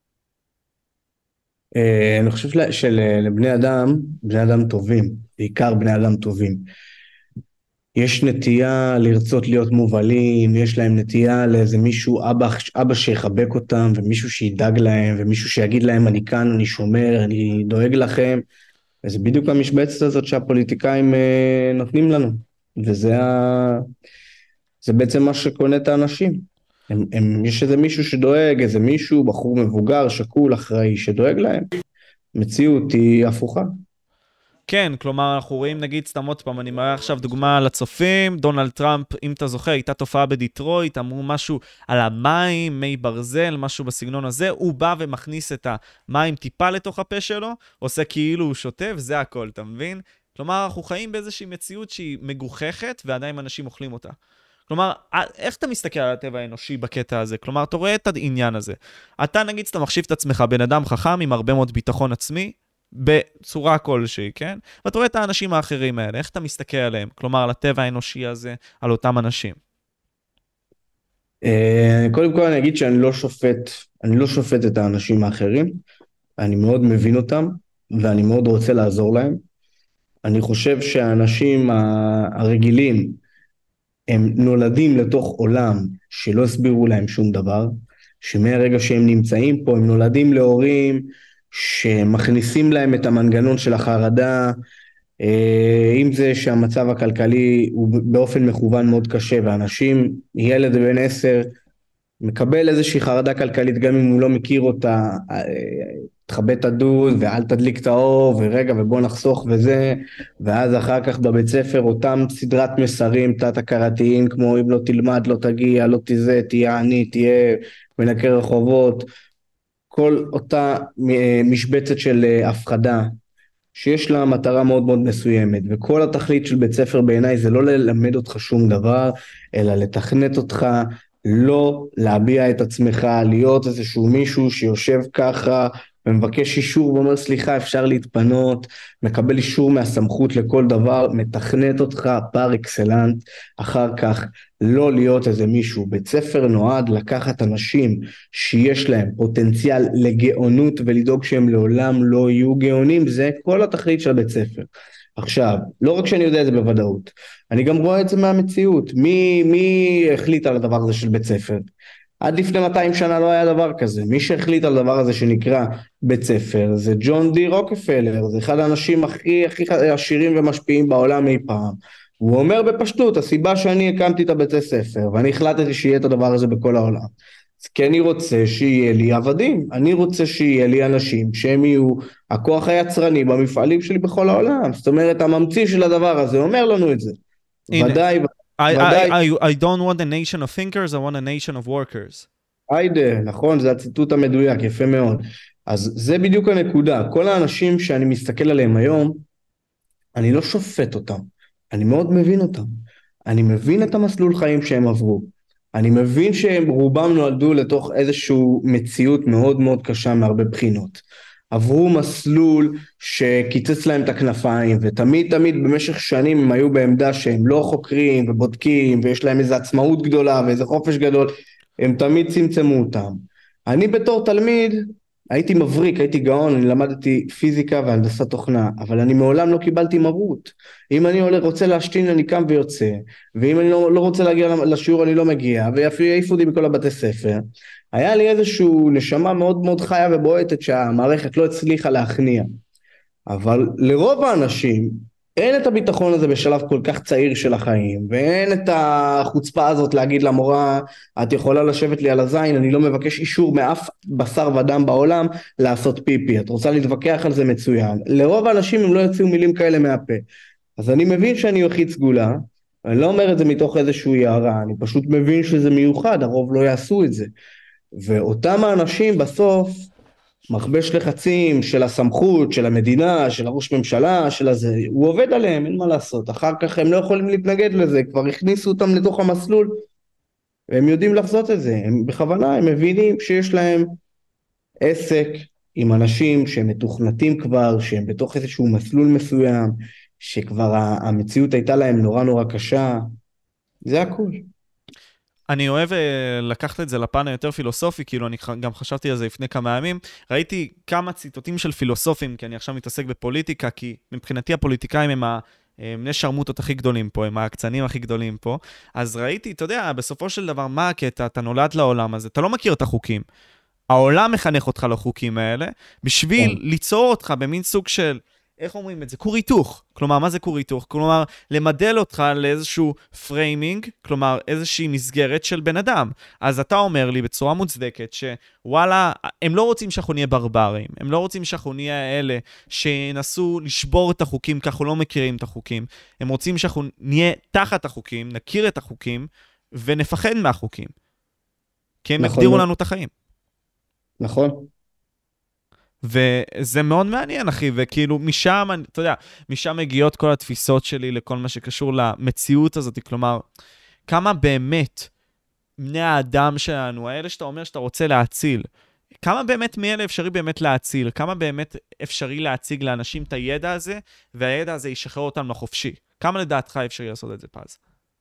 אני חושב שלבני אדם, בני אדם טובים, בעיקר בני אדם טובים, יש נטייה לרצות להיות מובלים, יש להם נטייה לאיזה מישהו, אבא, אבא שיחבק אותם, ומישהו שידאג להם, ומישהו שיגיד להם, אני כאן, אני שומר, אני דואג לכם, וזה בדיוק המשבצת הזאת שהפוליטיקאים אה, נותנים לנו, וזה ה... זה בעצם מה שקונה את האנשים. הם, הם, יש איזה מישהו שדואג, איזה מישהו, בחור מבוגר, שקול, אחראי, שדואג להם. מציאות היא הפוכה. כן, כלומר, אנחנו רואים, נגיד, סתם עוד פעם, אני מראה עכשיו דוגמה לצופים, דונלד טראמפ, אם אתה זוכר, הייתה תופעה בדיטרויט, אמרו משהו על המים, מי ברזל, משהו בסגנון הזה, הוא בא ומכניס את המים טיפה לתוך הפה שלו, עושה כאילו הוא שוטף, זה הכל, אתה מבין? כלומר, אנחנו חיים באיזושהי מציאות שהיא מגוחכת, ועדיין אנשים אוכלים אותה. כלומר, איך אתה מסתכל על הטבע האנושי בקטע הזה? כלומר, אתה רואה את העניין הזה. אתה, נגיד, אתה מחשיב את עצמך בן אדם חכם עם הרבה מאוד ביטחון עצמי, בצורה כלשהי, כן? ואתה רואה את האנשים האחרים האלה, איך אתה מסתכל עליהם? כלומר, על הטבע האנושי הזה, על אותם אנשים. קודם כל אני אגיד שאני לא שופט, אני לא שופט את האנשים האחרים, אני מאוד מבין אותם, ואני מאוד רוצה לעזור להם. אני חושב שהאנשים הרגילים, הם נולדים לתוך עולם שלא הסבירו להם שום דבר, שמהרגע שהם נמצאים פה, הם נולדים להורים שמכניסים להם את המנגנון של החרדה, אם זה שהמצב הכלכלי הוא באופן מכוון מאוד קשה, ואנשים, ילד בן עשר, מקבל איזושהי חרדה כלכלית, גם אם הוא לא מכיר אותה, תכבה את הדוד ואל תדליק את האור, ורגע ובוא נחסוך וזה, ואז אחר כך בבית ספר אותם סדרת מסרים תת-הכרתיים, כמו אם לא תלמד, לא תגיע, לא תזה, תהיה עני, תהיה מנקה רחובות, כל אותה משבצת של הפחדה, שיש לה מטרה מאוד מאוד מסוימת, וכל התכלית של בית ספר בעיניי זה לא ללמד אותך שום דבר, אלא לתכנת אותך, לא להביע את עצמך, להיות איזשהו מישהו שיושב ככה, ומבקש אישור ואומר סליחה אפשר להתפנות, מקבל אישור מהסמכות לכל דבר, מתכנת אותך פר אקסלנט, אחר כך לא להיות איזה מישהו. בית ספר נועד לקחת אנשים שיש להם פוטנציאל לגאונות ולדאוג שהם לעולם לא יהיו גאונים, זה כל התכלית של בית ספר. עכשיו, לא רק שאני יודע את זה בוודאות, אני גם רואה את זה מהמציאות. מי, מי החליט על הדבר הזה של בית ספר? עד לפני מאתיים שנה לא היה דבר כזה. מי שהחליט על הדבר הזה שנקרא בית ספר זה ג'ון די רוקפלר, זה אחד האנשים הכי, הכי עשירים ומשפיעים בעולם אי פעם. הוא אומר בפשטות, הסיבה שאני הקמתי את הבית ספר ואני החלטתי שיהיה את הדבר הזה בכל העולם, אז כי אני רוצה שיהיה לי עבדים, אני רוצה שיהיה לי אנשים שהם יהיו הכוח היצרני במפעלים שלי בכל העולם. זאת אומרת, הממציא של הדבר הזה אומר לנו את זה. ודאי, I, I, I, I don't want a nation of thinkers, I want a nation of workers. היידה, נכון, זה הציטוט המדויק, יפה מאוד. אז זה בדיוק הנקודה. כל האנשים שאני מסתכל עליהם היום, אני לא שופט אותם, אני מאוד מבין אותם. אני מבין את המסלול חיים שהם עברו. אני מבין שהם רובם נולדו לתוך איזשהו מציאות מאוד מאוד קשה מהרבה בחינות. עברו מסלול שקיצץ להם את הכנפיים, ותמיד תמיד במשך שנים הם היו בעמדה שהם לא חוקרים ובודקים, ויש להם איזו עצמאות גדולה ואיזה חופש גדול, הם תמיד צמצמו אותם. אני בתור תלמיד הייתי מבריק, הייתי גאון, אני למדתי פיזיקה והנדסת תוכנה, אבל אני מעולם לא קיבלתי מרות. אם אני רוצה להשתין אני קם ויוצא, ואם אני לא, לא רוצה להגיע לשיעור אני לא מגיע, ואפילו העיפו אותי בכל הבתי ספר. היה לי איזשהו נשמה מאוד מאוד חיה ובועטת שהמערכת לא הצליחה להכניע. אבל לרוב האנשים אין את הביטחון הזה בשלב כל כך צעיר של החיים, ואין את החוצפה הזאת להגיד למורה, את יכולה לשבת לי על הזין, אני לא מבקש אישור מאף בשר ודם בעולם לעשות פיפי, את רוצה להתווכח על זה מצוין. לרוב האנשים הם לא יוציאו מילים כאלה מהפה. אז אני מבין שאני יחיד סגולה, אני לא אומר את זה מתוך איזשהו יערה, אני פשוט מבין שזה מיוחד, הרוב לא יעשו את זה. ואותם האנשים בסוף, מכבש לחצים של הסמכות, של המדינה, של הראש ממשלה, של הזה, הוא עובד עליהם, אין מה לעשות. אחר כך הם לא יכולים להתנגד לזה, כבר הכניסו אותם לתוך המסלול, והם יודעים לחזות את זה. הם בכוונה, הם מבינים שיש להם עסק עם אנשים שהם מתוכנתים כבר, שהם בתוך איזשהו מסלול מסוים, שכבר המציאות הייתה להם נורא נורא קשה. זה הכל. אני אוהב לקחת את זה לפן היותר פילוסופי, כאילו אני גם חשבתי על זה לפני כמה ימים, ראיתי כמה ציטוטים של פילוסופים, כי אני עכשיו מתעסק בפוליטיקה, כי מבחינתי הפוליטיקאים הם בני שרמוטות הכי גדולים פה, הם הקצנים הכי גדולים פה, אז ראיתי, אתה יודע, בסופו של דבר, מה הקטע? אתה נולד לעולם הזה, אתה לא מכיר את החוקים, העולם מחנך אותך לחוקים האלה, בשביל ליצור אותך במין סוג של, איך אומרים את זה? כור היתוך. כלומר, מה זה כור היתוך? כלומר, למדל אותך לאיזשהו פריימינג, כלומר, איזושהי מסגרת של בן אדם. אז אתה אומר לי בצורה מוצדקת שוואלה, הם לא רוצים שאנחנו נהיה ברברים, הם לא רוצים שאנחנו נהיה אלה שנסו לשבור את החוקים, כך אנחנו לא מכירים את החוקים. הם רוצים שאנחנו נהיה תחת החוקים, נכיר את החוקים, ונפחד מהחוקים. כי הם יגדירו לנו את החיים. נכון. וזה מאוד מעניין, אחי, וכאילו משם, אתה יודע, משם מגיעות כל התפיסות שלי לכל מה שקשור למציאות הזאת, כלומר, כמה באמת בני האדם שלנו, האלה שאתה אומר שאתה רוצה להציל, כמה באמת מאלה אפשרי באמת להציל, כמה באמת אפשרי להציג לאנשים את הידע הזה, והידע הזה ישחרר אותם לחופשי. כמה לדעתך אפשרי לעשות את זה, פז?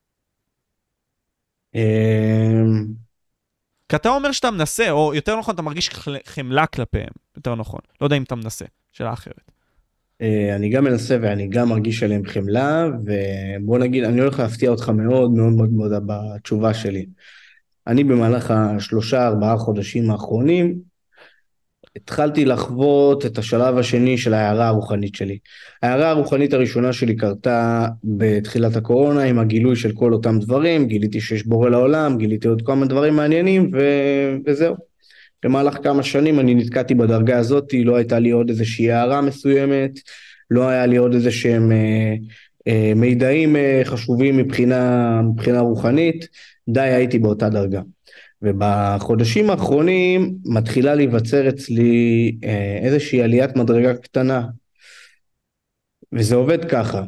כי אתה אומר שאתה מנסה, או יותר נכון, אתה מרגיש חמלה כלפיהם, יותר נכון. לא יודע אם אתה מנסה, שאלה אחרת. אני גם מנסה ואני גם מרגיש עליהם חמלה, ובוא נגיד, אני הולך להפתיע אותך מאוד מאוד מאוד מאוד בתשובה שלי. אני במהלך השלושה, ארבעה חודשים האחרונים, התחלתי לחוות את השלב השני של ההערה הרוחנית שלי. ההערה הרוחנית הראשונה שלי קרתה בתחילת הקורונה עם הגילוי של כל אותם דברים, גיליתי שיש בורא לעולם, גיליתי עוד כמה דברים מעניינים ו... וזהו. במהלך כמה שנים אני נתקעתי בדרגה הזאת, לא הייתה לי עוד איזושהי הערה מסוימת, לא היה לי עוד איזה שהם אה, אה, מידעים אה, חשובים מבחינה, מבחינה רוחנית, די הייתי באותה דרגה. ובחודשים האחרונים מתחילה להיווצר אצלי אה, איזושהי עליית מדרגה קטנה, וזה עובד ככה.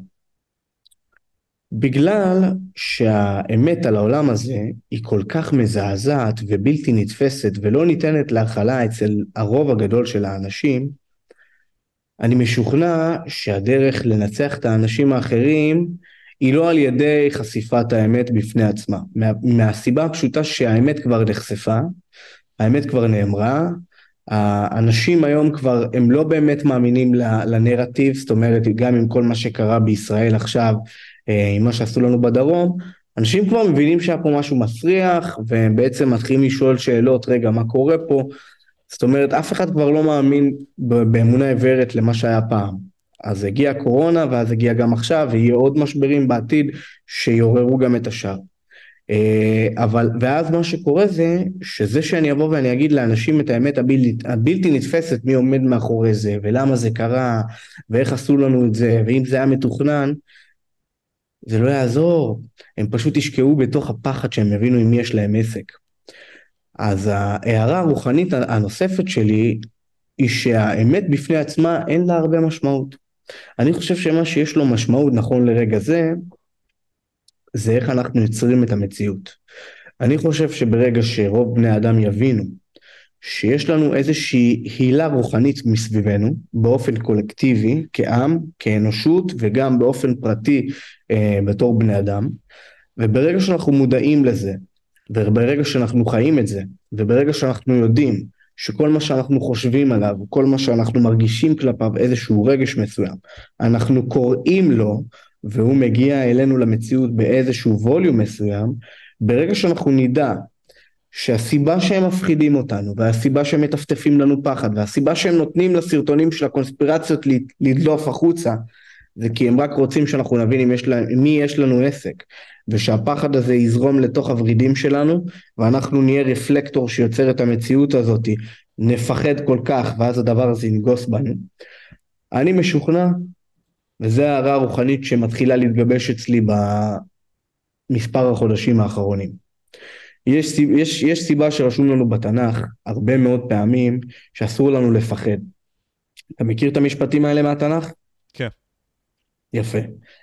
בגלל שהאמת על העולם הזה היא כל כך מזעזעת ובלתי נתפסת ולא ניתנת להכלה אצל הרוב הגדול של האנשים, אני משוכנע שהדרך לנצח את האנשים האחרים היא לא על ידי חשיפת האמת בפני עצמה. מה, מהסיבה הפשוטה שהאמת כבר נחשפה, האמת כבר נאמרה, האנשים היום כבר הם לא באמת מאמינים לנרטיב, זאת אומרת גם עם כל מה שקרה בישראל עכשיו, עם מה שעשו לנו בדרום, אנשים כבר מבינים שהיה פה משהו מסריח, והם בעצם מתחילים לשאול שאלות, רגע מה קורה פה, זאת אומרת אף אחד כבר לא מאמין באמונה עיוורת למה שהיה פעם. אז הגיעה קורונה, ואז הגיע גם עכשיו, ויהיה עוד משברים בעתיד שיעוררו גם את השאר. אבל, ואז מה שקורה זה, שזה שאני אבוא ואני אגיד לאנשים את האמת הבלתי, הבלתי נתפסת, מי עומד מאחורי זה, ולמה זה קרה, ואיך עשו לנו את זה, ואם זה היה מתוכנן, זה לא יעזור, הם פשוט ישקעו בתוך הפחד שהם הבינו עם מי יש להם עסק. אז ההערה הרוחנית הנוספת שלי, היא שהאמת בפני עצמה אין לה הרבה משמעות. אני חושב שמה שיש לו משמעות נכון לרגע זה, זה איך אנחנו יוצרים את המציאות. אני חושב שברגע שרוב בני אדם יבינו, שיש לנו איזושהי הילה רוחנית מסביבנו, באופן קולקטיבי, כעם, כאנושות, וגם באופן פרטי אה, בתור בני אדם, וברגע שאנחנו מודעים לזה, וברגע שאנחנו חיים את זה, וברגע שאנחנו יודעים שכל מה שאנחנו חושבים עליו, כל מה שאנחנו מרגישים כלפיו איזשהו רגש מסוים, אנחנו קוראים לו, והוא מגיע אלינו למציאות באיזשהו ווליום מסוים, ברגע שאנחנו נדע שהסיבה שהם מפחידים אותנו, והסיבה שהם מטפטפים לנו פחד, והסיבה שהם נותנים לסרטונים של הקונספירציות לדלוף החוצה, זה כי הם רק רוצים שאנחנו נבין עם יש לה, מי יש לנו עסק, ושהפחד הזה יזרום לתוך הורידים שלנו, ואנחנו נהיה רפלקטור שיוצר את המציאות הזאת, נפחד כל כך, ואז הדבר הזה ינגוס בנו. אני משוכנע, וזו הערה רוחנית שמתחילה להתגבש אצלי במספר החודשים האחרונים. יש, יש, יש סיבה שרשום לנו בתנ"ך הרבה מאוד פעמים שאסור לנו לפחד. אתה מכיר את המשפטים האלה מהתנ"ך? כן. יפה.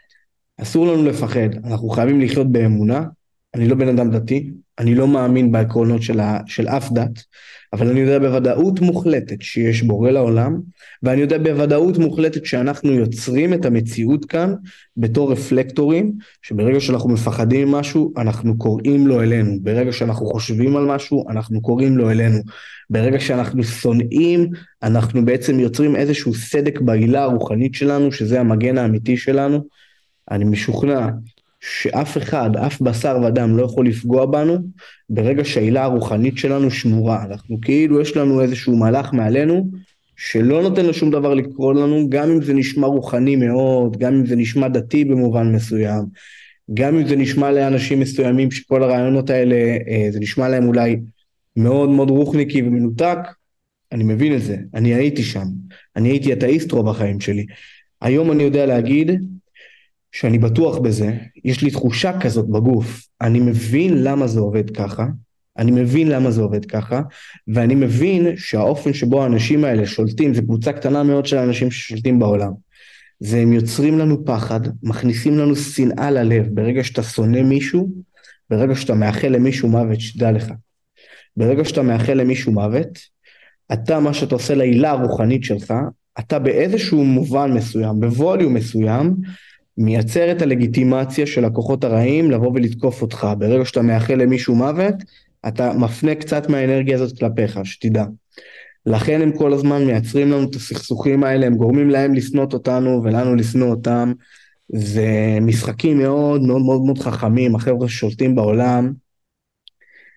אסור לנו לפחד, אנחנו חייבים לחיות באמונה. אני לא בן אדם דתי, אני לא מאמין בעקרונות של, ה, של אף דת, אבל אני יודע בוודאות מוחלטת שיש בורא לעולם, ואני יודע בוודאות מוחלטת שאנחנו יוצרים את המציאות כאן בתור רפלקטורים, שברגע שאנחנו מפחדים ממשהו, אנחנו קוראים לו אלינו, ברגע שאנחנו חושבים על משהו, אנחנו קוראים לו אלינו, ברגע שאנחנו שונאים, אנחנו בעצם יוצרים איזשהו סדק בעילה הרוחנית שלנו, שזה המגן האמיתי שלנו. אני משוכנע שאף אחד, אף בשר ודם לא יכול לפגוע בנו, ברגע שהעילה הרוחנית שלנו שמורה. אנחנו כאילו יש לנו איזשהו מלאך מעלינו, שלא נותן לשום דבר לקרוא לנו, גם אם זה נשמע רוחני מאוד, גם אם זה נשמע דתי במובן מסוים, גם אם זה נשמע לאנשים מסוימים שכל הרעיונות האלה, זה נשמע להם אולי מאוד מאוד רוחניקי ומנותק, אני מבין את זה, אני הייתי שם, אני הייתי אתאיסט רוב החיים שלי. היום אני יודע להגיד, שאני בטוח בזה, יש לי תחושה כזאת בגוף, אני מבין למה זה עובד ככה, אני מבין למה זה עובד ככה, ואני מבין שהאופן שבו האנשים האלה שולטים, זה קבוצה קטנה מאוד של האנשים ששולטים בעולם, זה הם יוצרים לנו פחד, מכניסים לנו שנאה ללב, ברגע שאתה שונא מישהו, ברגע שאתה מאחל למישהו מוות, שתדע לך, ברגע שאתה מאחל למישהו מוות, אתה מה שאתה עושה לעילה הרוחנית שלך, אתה באיזשהו מובן מסוים, בווליום מסוים, מייצר את הלגיטימציה של הכוחות הרעים לבוא ולתקוף אותך. ברגע שאתה מאחל למישהו מוות, אתה מפנה קצת מהאנרגיה הזאת כלפיך, שתדע. לכן הם כל הזמן מייצרים לנו את הסכסוכים האלה, הם גורמים להם לסנות אותנו ולנו לסנוע אותם. זה משחקים מאוד מאוד מאוד מאוד חכמים, החבר'ה ששולטים בעולם,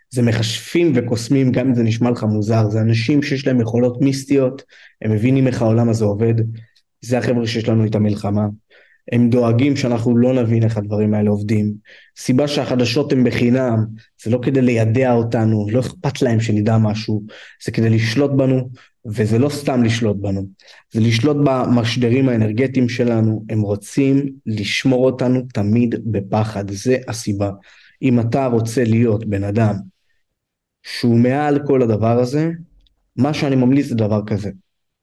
זה מכשפים וקוסמים, גם אם זה נשמע לך מוזר, זה אנשים שיש להם יכולות מיסטיות, הם מבינים איך העולם הזה עובד, זה החבר'ה שיש לנו את המלחמה, הם דואגים שאנחנו לא נבין איך הדברים האלה עובדים, סיבה שהחדשות הן בחינם, זה לא כדי לידע אותנו, לא אכפת להם שנדע משהו, זה כדי לשלוט בנו, וזה לא סתם לשלוט בנו, זה לשלוט במשדרים האנרגטיים שלנו, הם רוצים לשמור אותנו תמיד בפחד, זה הסיבה. אם אתה רוצה להיות בן אדם שהוא מעל כל הדבר הזה, מה שאני ממליץ זה דבר כזה.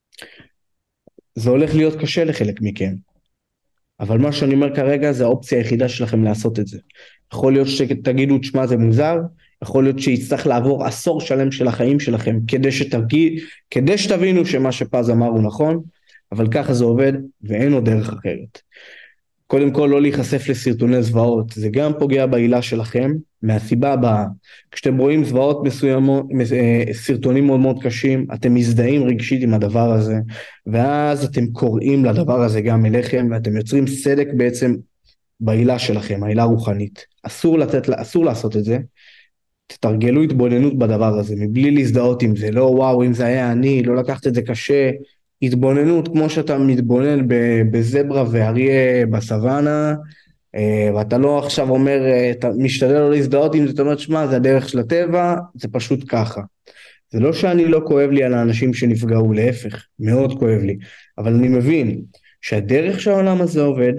זה הולך להיות קשה לחלק מכם, אבל מה שאני אומר כרגע זה האופציה היחידה שלכם לעשות את זה. יכול להיות שתגידו, תשמע זה מוזר, יכול להיות שיצטרך לעבור עשור שלם של החיים שלכם, כדי שתגיד, כדי שתבינו שמה שפז אמר הוא נכון, אבל ככה זה עובד ואין עוד דרך אחרת. קודם כל לא להיחשף לסרטוני זוועות, זה גם פוגע בעילה שלכם, מהסיבה הבאה, כשאתם רואים זוועות מסוימות, סרטונים מאוד מאוד קשים, אתם מזדהים רגשית עם הדבר הזה, ואז אתם קוראים לדבר הזה גם אליכם, ואתם יוצרים סדק בעצם בעילה שלכם, העילה הרוחנית. אסור לתת, אסור לעשות את זה, תתרגלו התבוננות בדבר הזה, מבלי להזדהות עם זה, לא וואו אם זה היה אני, לא לקחת את זה קשה, התבוננות כמו שאתה מתבונן בזברה ואריה בסוואנה, ואתה לא עכשיו אומר, אתה משתדל לא להזדהות עם זה, אתה אומר, שמה, זה הדרך של הטבע, זה פשוט ככה. זה לא שאני לא כואב לי על האנשים שנפגעו, להפך, מאוד כואב לי, אבל אני מבין שהדרך שהעולם הזה עובד,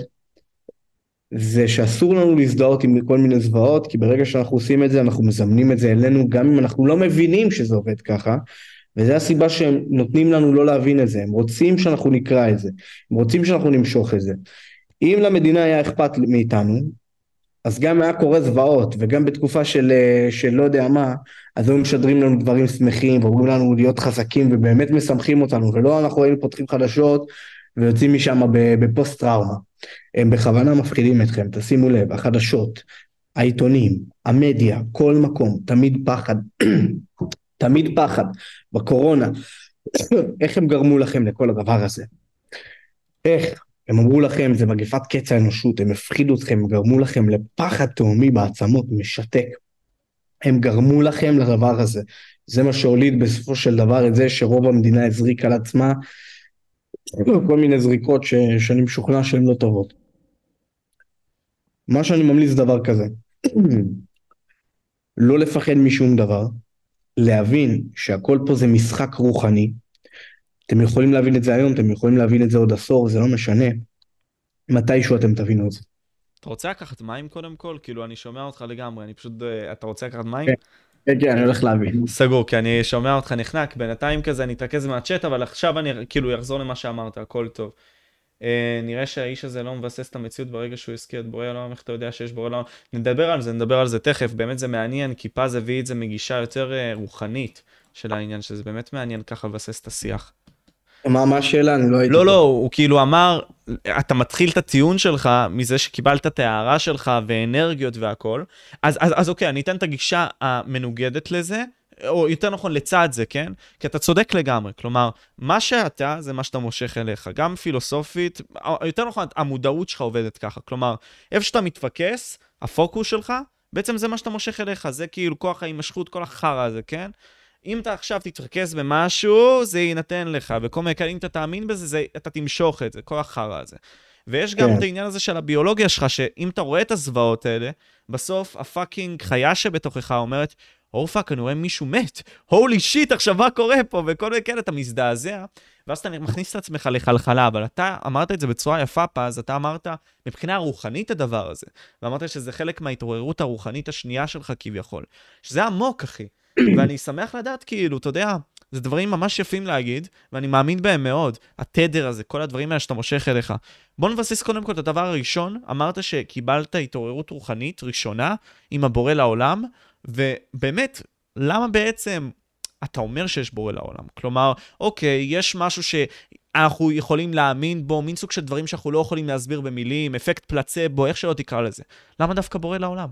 זה שאסור לנו להזדהות עם כל מיני זוועות, כי ברגע שאנחנו עושים את זה, אנחנו מזמנים את זה אלינו, גם אם אנחנו לא מבינים שזה עובד ככה, וזה הסיבה שהם נותנים לנו לא להבין את זה, הם רוצים שאנחנו נקרא את זה, הם רוצים שאנחנו נמשוך את זה. אם למדינה היה אכפת מאיתנו, אז גם היה קורה זוועות, וגם בתקופה של, של לא יודע מה, אז הם משדרים לנו דברים שמחים, ואומרים לנו להיות חזקים, ובאמת משמחים אותנו, ולא אנחנו היינו פותחים חדשות, ויוצאים משם בפוסט טראומה. הם בכוונה מפחידים אתכם, תשימו לב, החדשות, העיתונים, המדיה, כל מקום, תמיד פחד, תמיד פחד, בקורונה, איך הם גרמו לכם לכל הדבר הזה? איך? הם אמרו לכם, זה מגפת קץ האנושות, הם הפחידו אתכם, הם גרמו לכם לפחד תאומי בעצמות, משתק. הם גרמו לכם לדבר הזה. זה מה שהוליד בסופו של דבר את זה שרוב המדינה הזריק על עצמה, כל מיני זריקות ש... שאני משוכנע שהן לא טובות. מה שאני ממליץ דבר כזה, לא לפחד משום דבר, להבין שהכל פה זה משחק רוחני, אתם יכולים להבין את זה היום, אתם יכולים להבין את זה עוד עשור, זה לא משנה, מתישהו אתם תבינו את זה. אתה רוצה לקחת מים קודם כל? כאילו אני שומע אותך לגמרי, אני פשוט, אתה רוצה לקחת מים? כן, כן, אני הולך להבין. סגור, כי אני שומע אותך נחנק, בינתיים כזה אני אתרכז מהצ'אט, אבל עכשיו אני כאילו יחזור למה שאמרת, הכל טוב. נראה שהאיש הזה לא מבסס את המציאות ברגע שהוא הזכיר את בורא העולם, איך אתה יודע שיש בורא העולם? נדבר על זה, נדבר על זה תכף, באמת זה מעניין, כי פז הביא את זה מגישה יותר רוחנית של העניין, שזה באמת מעניין ככה לבסס את השיח. מה, מה השאלה? אני לא הייתי... לא, לא, הוא כאילו אמר, אתה מתחיל את הטיעון שלך מזה שקיבלת את ההערה שלך ואנרגיות והכל, אז, אז, אז אוקיי, אני אתן את הגישה המנוגדת לזה, או יותר נכון לצד זה, כן? כי אתה צודק לגמרי, כלומר, מה שאתה זה מה שאתה מושך אליך, גם פילוסופית, יותר נכון, המודעות שלך עובדת ככה, כלומר, איפה שאתה מתפקס, הפוקוס שלך, בעצם זה מה שאתה מושך אליך, זה כאילו כוח ההימשכות, כל החרא הזה, כן? אם אתה עכשיו תתרכז במשהו, זה יינתן לך, וכל מיני כאלה, אם אתה תאמין בזה, זה, אתה תמשוך את זה, כל החרא הזה. ויש גם את העניין הזה של הביולוגיה שלך, שאם אתה רואה את הזוועות האלה, בסוף הפאקינג חיה שבתוכך אומרת, או פאק, אני רואה מישהו מת, הולי שיט, עכשיו מה קורה פה, וכל מיני כאלה, אתה מזדעזע, ואז אתה מכניס את עצמך לחלחלה, אבל אתה אמרת את זה בצורה יפה פה, אז אתה אמרת, מבחינה רוחנית הדבר הזה, ואמרת שזה חלק מההתעוררות הרוחנית השנייה שלך כביכול, שזה עמוק, אחי. ואני שמח לדעת, כאילו, אתה יודע, זה דברים ממש יפים להגיד, ואני מאמין בהם מאוד, התדר הזה, כל הדברים האלה שאתה מושך אליך. בוא נבסס קודם כל את הדבר הראשון, אמרת שקיבלת התעוררות רוחנית ראשונה עם הבורא לעולם, ובאמת, למה בעצם אתה אומר שיש בורא לעולם? כלומר, אוקיי, יש משהו שאנחנו יכולים להאמין בו, מין סוג של דברים שאנחנו לא יכולים להסביר במילים, אפקט פלצבו, איך שלא תקרא לזה. למה דווקא בורא לעולם?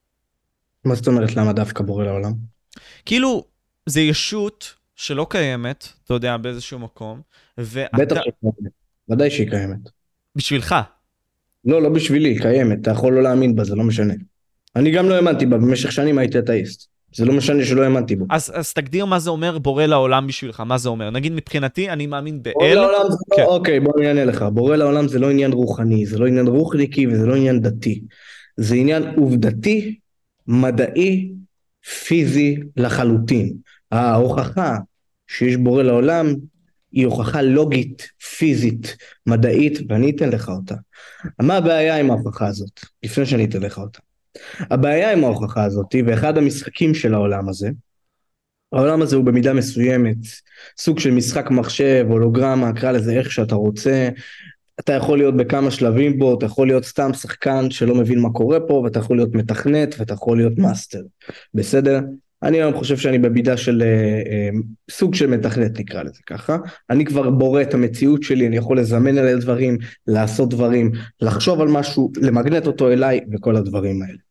מה זאת אומרת למה דווקא בורא לעולם? כאילו, זה ישות שלא קיימת, אתה יודע, באיזשהו מקום, ואתה... בטח שהיא קיימת, ודאי שהיא קיימת. בשבילך? לא, לא בשבילי, קיימת, אתה יכול לא להאמין בה, זה לא משנה. אני גם לא האמנתי בה, במשך שנים הייתי אתאיסט. זה לא משנה שלא האמנתי בו. אז, אז תגדיר מה זה אומר בורא לעולם בשבילך, מה זה אומר? נגיד מבחינתי, אני מאמין באל. בורא לעולם זה כן. לא, אוקיי, בוא אני אענה לך. בורא לעולם זה לא עניין רוחני, זה לא עניין רוחניקי וזה לא עניין דתי. זה עניין עובדתי, מדעי, פיזי לחלוטין. ההוכחה שיש בורא לעולם היא הוכחה לוגית, פיזית, מדעית, ואני אתן לך אותה. מה הבעיה עם ההוכחה הזאת? לפני שאני אתן לך אותה. הבעיה עם ההוכחה הזאת, ואחד המשחקים של העולם הזה, העולם הזה הוא במידה מסוימת, סוג של משחק מחשב, הולוגרמה, קרא לזה איך שאתה רוצה, אתה יכול להיות בכמה שלבים בו, אתה יכול להיות סתם שחקן שלא מבין מה קורה פה, ואתה יכול להיות מתכנת, ואתה יכול להיות מאסטר, בסדר? אני היום חושב שאני במידה של אה, אה, סוג של מתכנת נקרא לזה ככה, אני כבר בורא את המציאות שלי, אני יכול לזמן אליי דברים, לעשות דברים, לחשוב על משהו, למגנט אותו אליי, וכל הדברים האלה.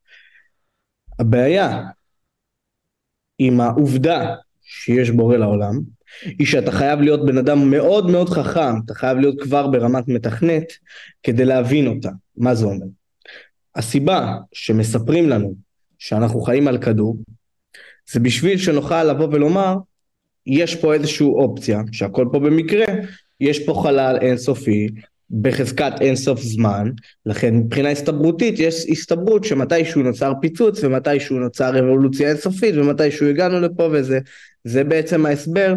הבעיה עם העובדה שיש בורא לעולם, היא שאתה חייב להיות בן אדם מאוד מאוד חכם, אתה חייב להיות כבר ברמת מתכנת, כדי להבין אותה. מה זה אומר? הסיבה שמספרים לנו שאנחנו חיים על כדור, זה בשביל שנוכל לבוא ולומר, יש פה איזושהי אופציה, שהכל פה במקרה, יש פה חלל אינסופי, בחזקת אינסוף זמן, לכן מבחינה הסתברותית יש הסתברות שמתישהו נוצר פיצוץ ומתישהו נוצר רבולוציה אינסופית ומתישהו הגענו לפה, וזה זה בעצם ההסבר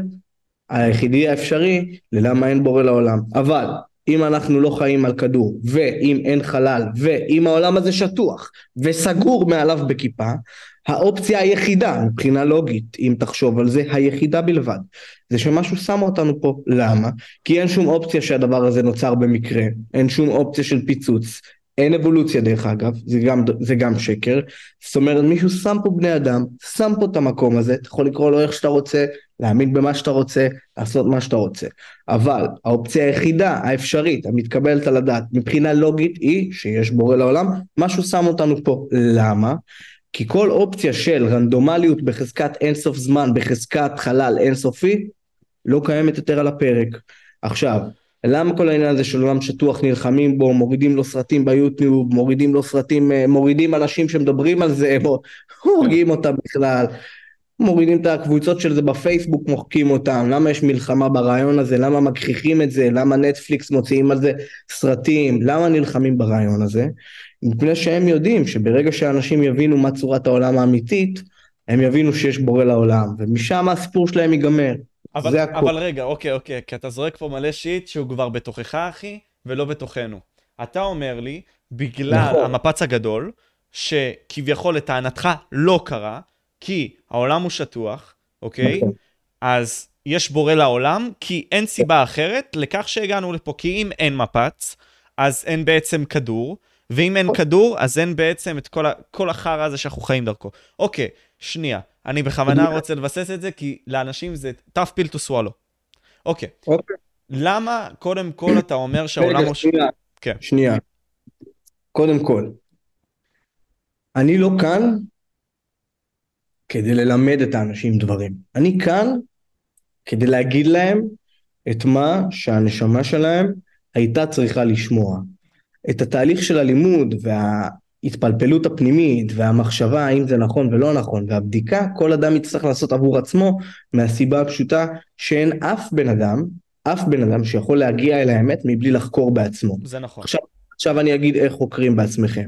היחידי האפשרי ללמה אין בורא לעולם. אבל אם אנחנו לא חיים על כדור ואם אין חלל ואם העולם הזה שטוח וסגור מעליו בכיפה, האופציה היחידה מבחינה לוגית, אם תחשוב על זה, היחידה בלבד, זה שמשהו שם אותנו פה. למה? כי אין שום אופציה שהדבר הזה נוצר במקרה, אין שום אופציה של פיצוץ, אין אבולוציה דרך אגב, זה גם, זה גם שקר. זאת אומרת, מישהו שם פה בני אדם, שם פה את המקום הזה, אתה יכול לקרוא לו איך שאתה רוצה, להאמין במה שאתה רוצה, לעשות מה שאתה רוצה. אבל האופציה היחידה, האפשרית, המתקבלת על הדעת, מבחינה לוגית, היא שיש בורא לעולם, משהו שם אותנו פה. למה? כי כל אופציה של רנדומליות בחזקת אינסוף זמן, בחזקת חלל אינסופי, לא קיימת יותר על הפרק. עכשיו, למה כל העניין הזה של עולם שטוח נלחמים בו, מורידים לו סרטים ביוטיוב, מורידים לו סרטים, מורידים אנשים שמדברים על זה, מורידים אותם בכלל, מורידים את הקבוצות של זה בפייסבוק, מוחקים אותם, למה יש מלחמה ברעיון הזה, למה מכחיכים את זה, למה נטפליקס מוציאים על זה סרטים, למה נלחמים ברעיון הזה? מפני שהם יודעים שברגע שאנשים יבינו מה צורת העולם האמיתית, הם יבינו שיש בורא לעולם, ומשם הסיפור שלהם ייגמר. אבל, אבל רגע, אוקיי, אוקיי, כי אתה זורק פה מלא שיט שהוא כבר בתוכך, אחי, ולא בתוכנו. אתה אומר לי, בגלל נכון. המפץ הגדול, שכביכול לטענתך לא קרה, כי העולם הוא שטוח, אוקיי? נכון. אז יש בורא לעולם, כי אין סיבה אחרת לכך שהגענו לפה, כי אם אין מפץ, אז אין בעצם כדור, ואם אין כדור, אז אין בעצם את כל, ה, כל החרא הזה שאנחנו חיים דרכו. אוקיי, שנייה. אני בכוונה רוצה לבסס את זה, כי לאנשים זה tough pill to swallow. אוקיי. אוקיי. למה קודם כל אתה אומר שהעולם... רגע, שנייה. כן. שנייה. קודם כל, אני לא כאן כדי ללמד את האנשים דברים. אני כאן כדי להגיד להם את מה שהנשמה שלהם הייתה צריכה לשמוע. את התהליך של הלימוד וההתפלפלות הפנימית והמחשבה האם זה נכון ולא נכון והבדיקה, כל אדם יצטרך לעשות עבור עצמו, מהסיבה הפשוטה שאין אף בן אדם, אף בן אדם שיכול להגיע אל האמת מבלי לחקור בעצמו. זה נכון. עכשיו, עכשיו אני אגיד איך חוקרים בעצמכם.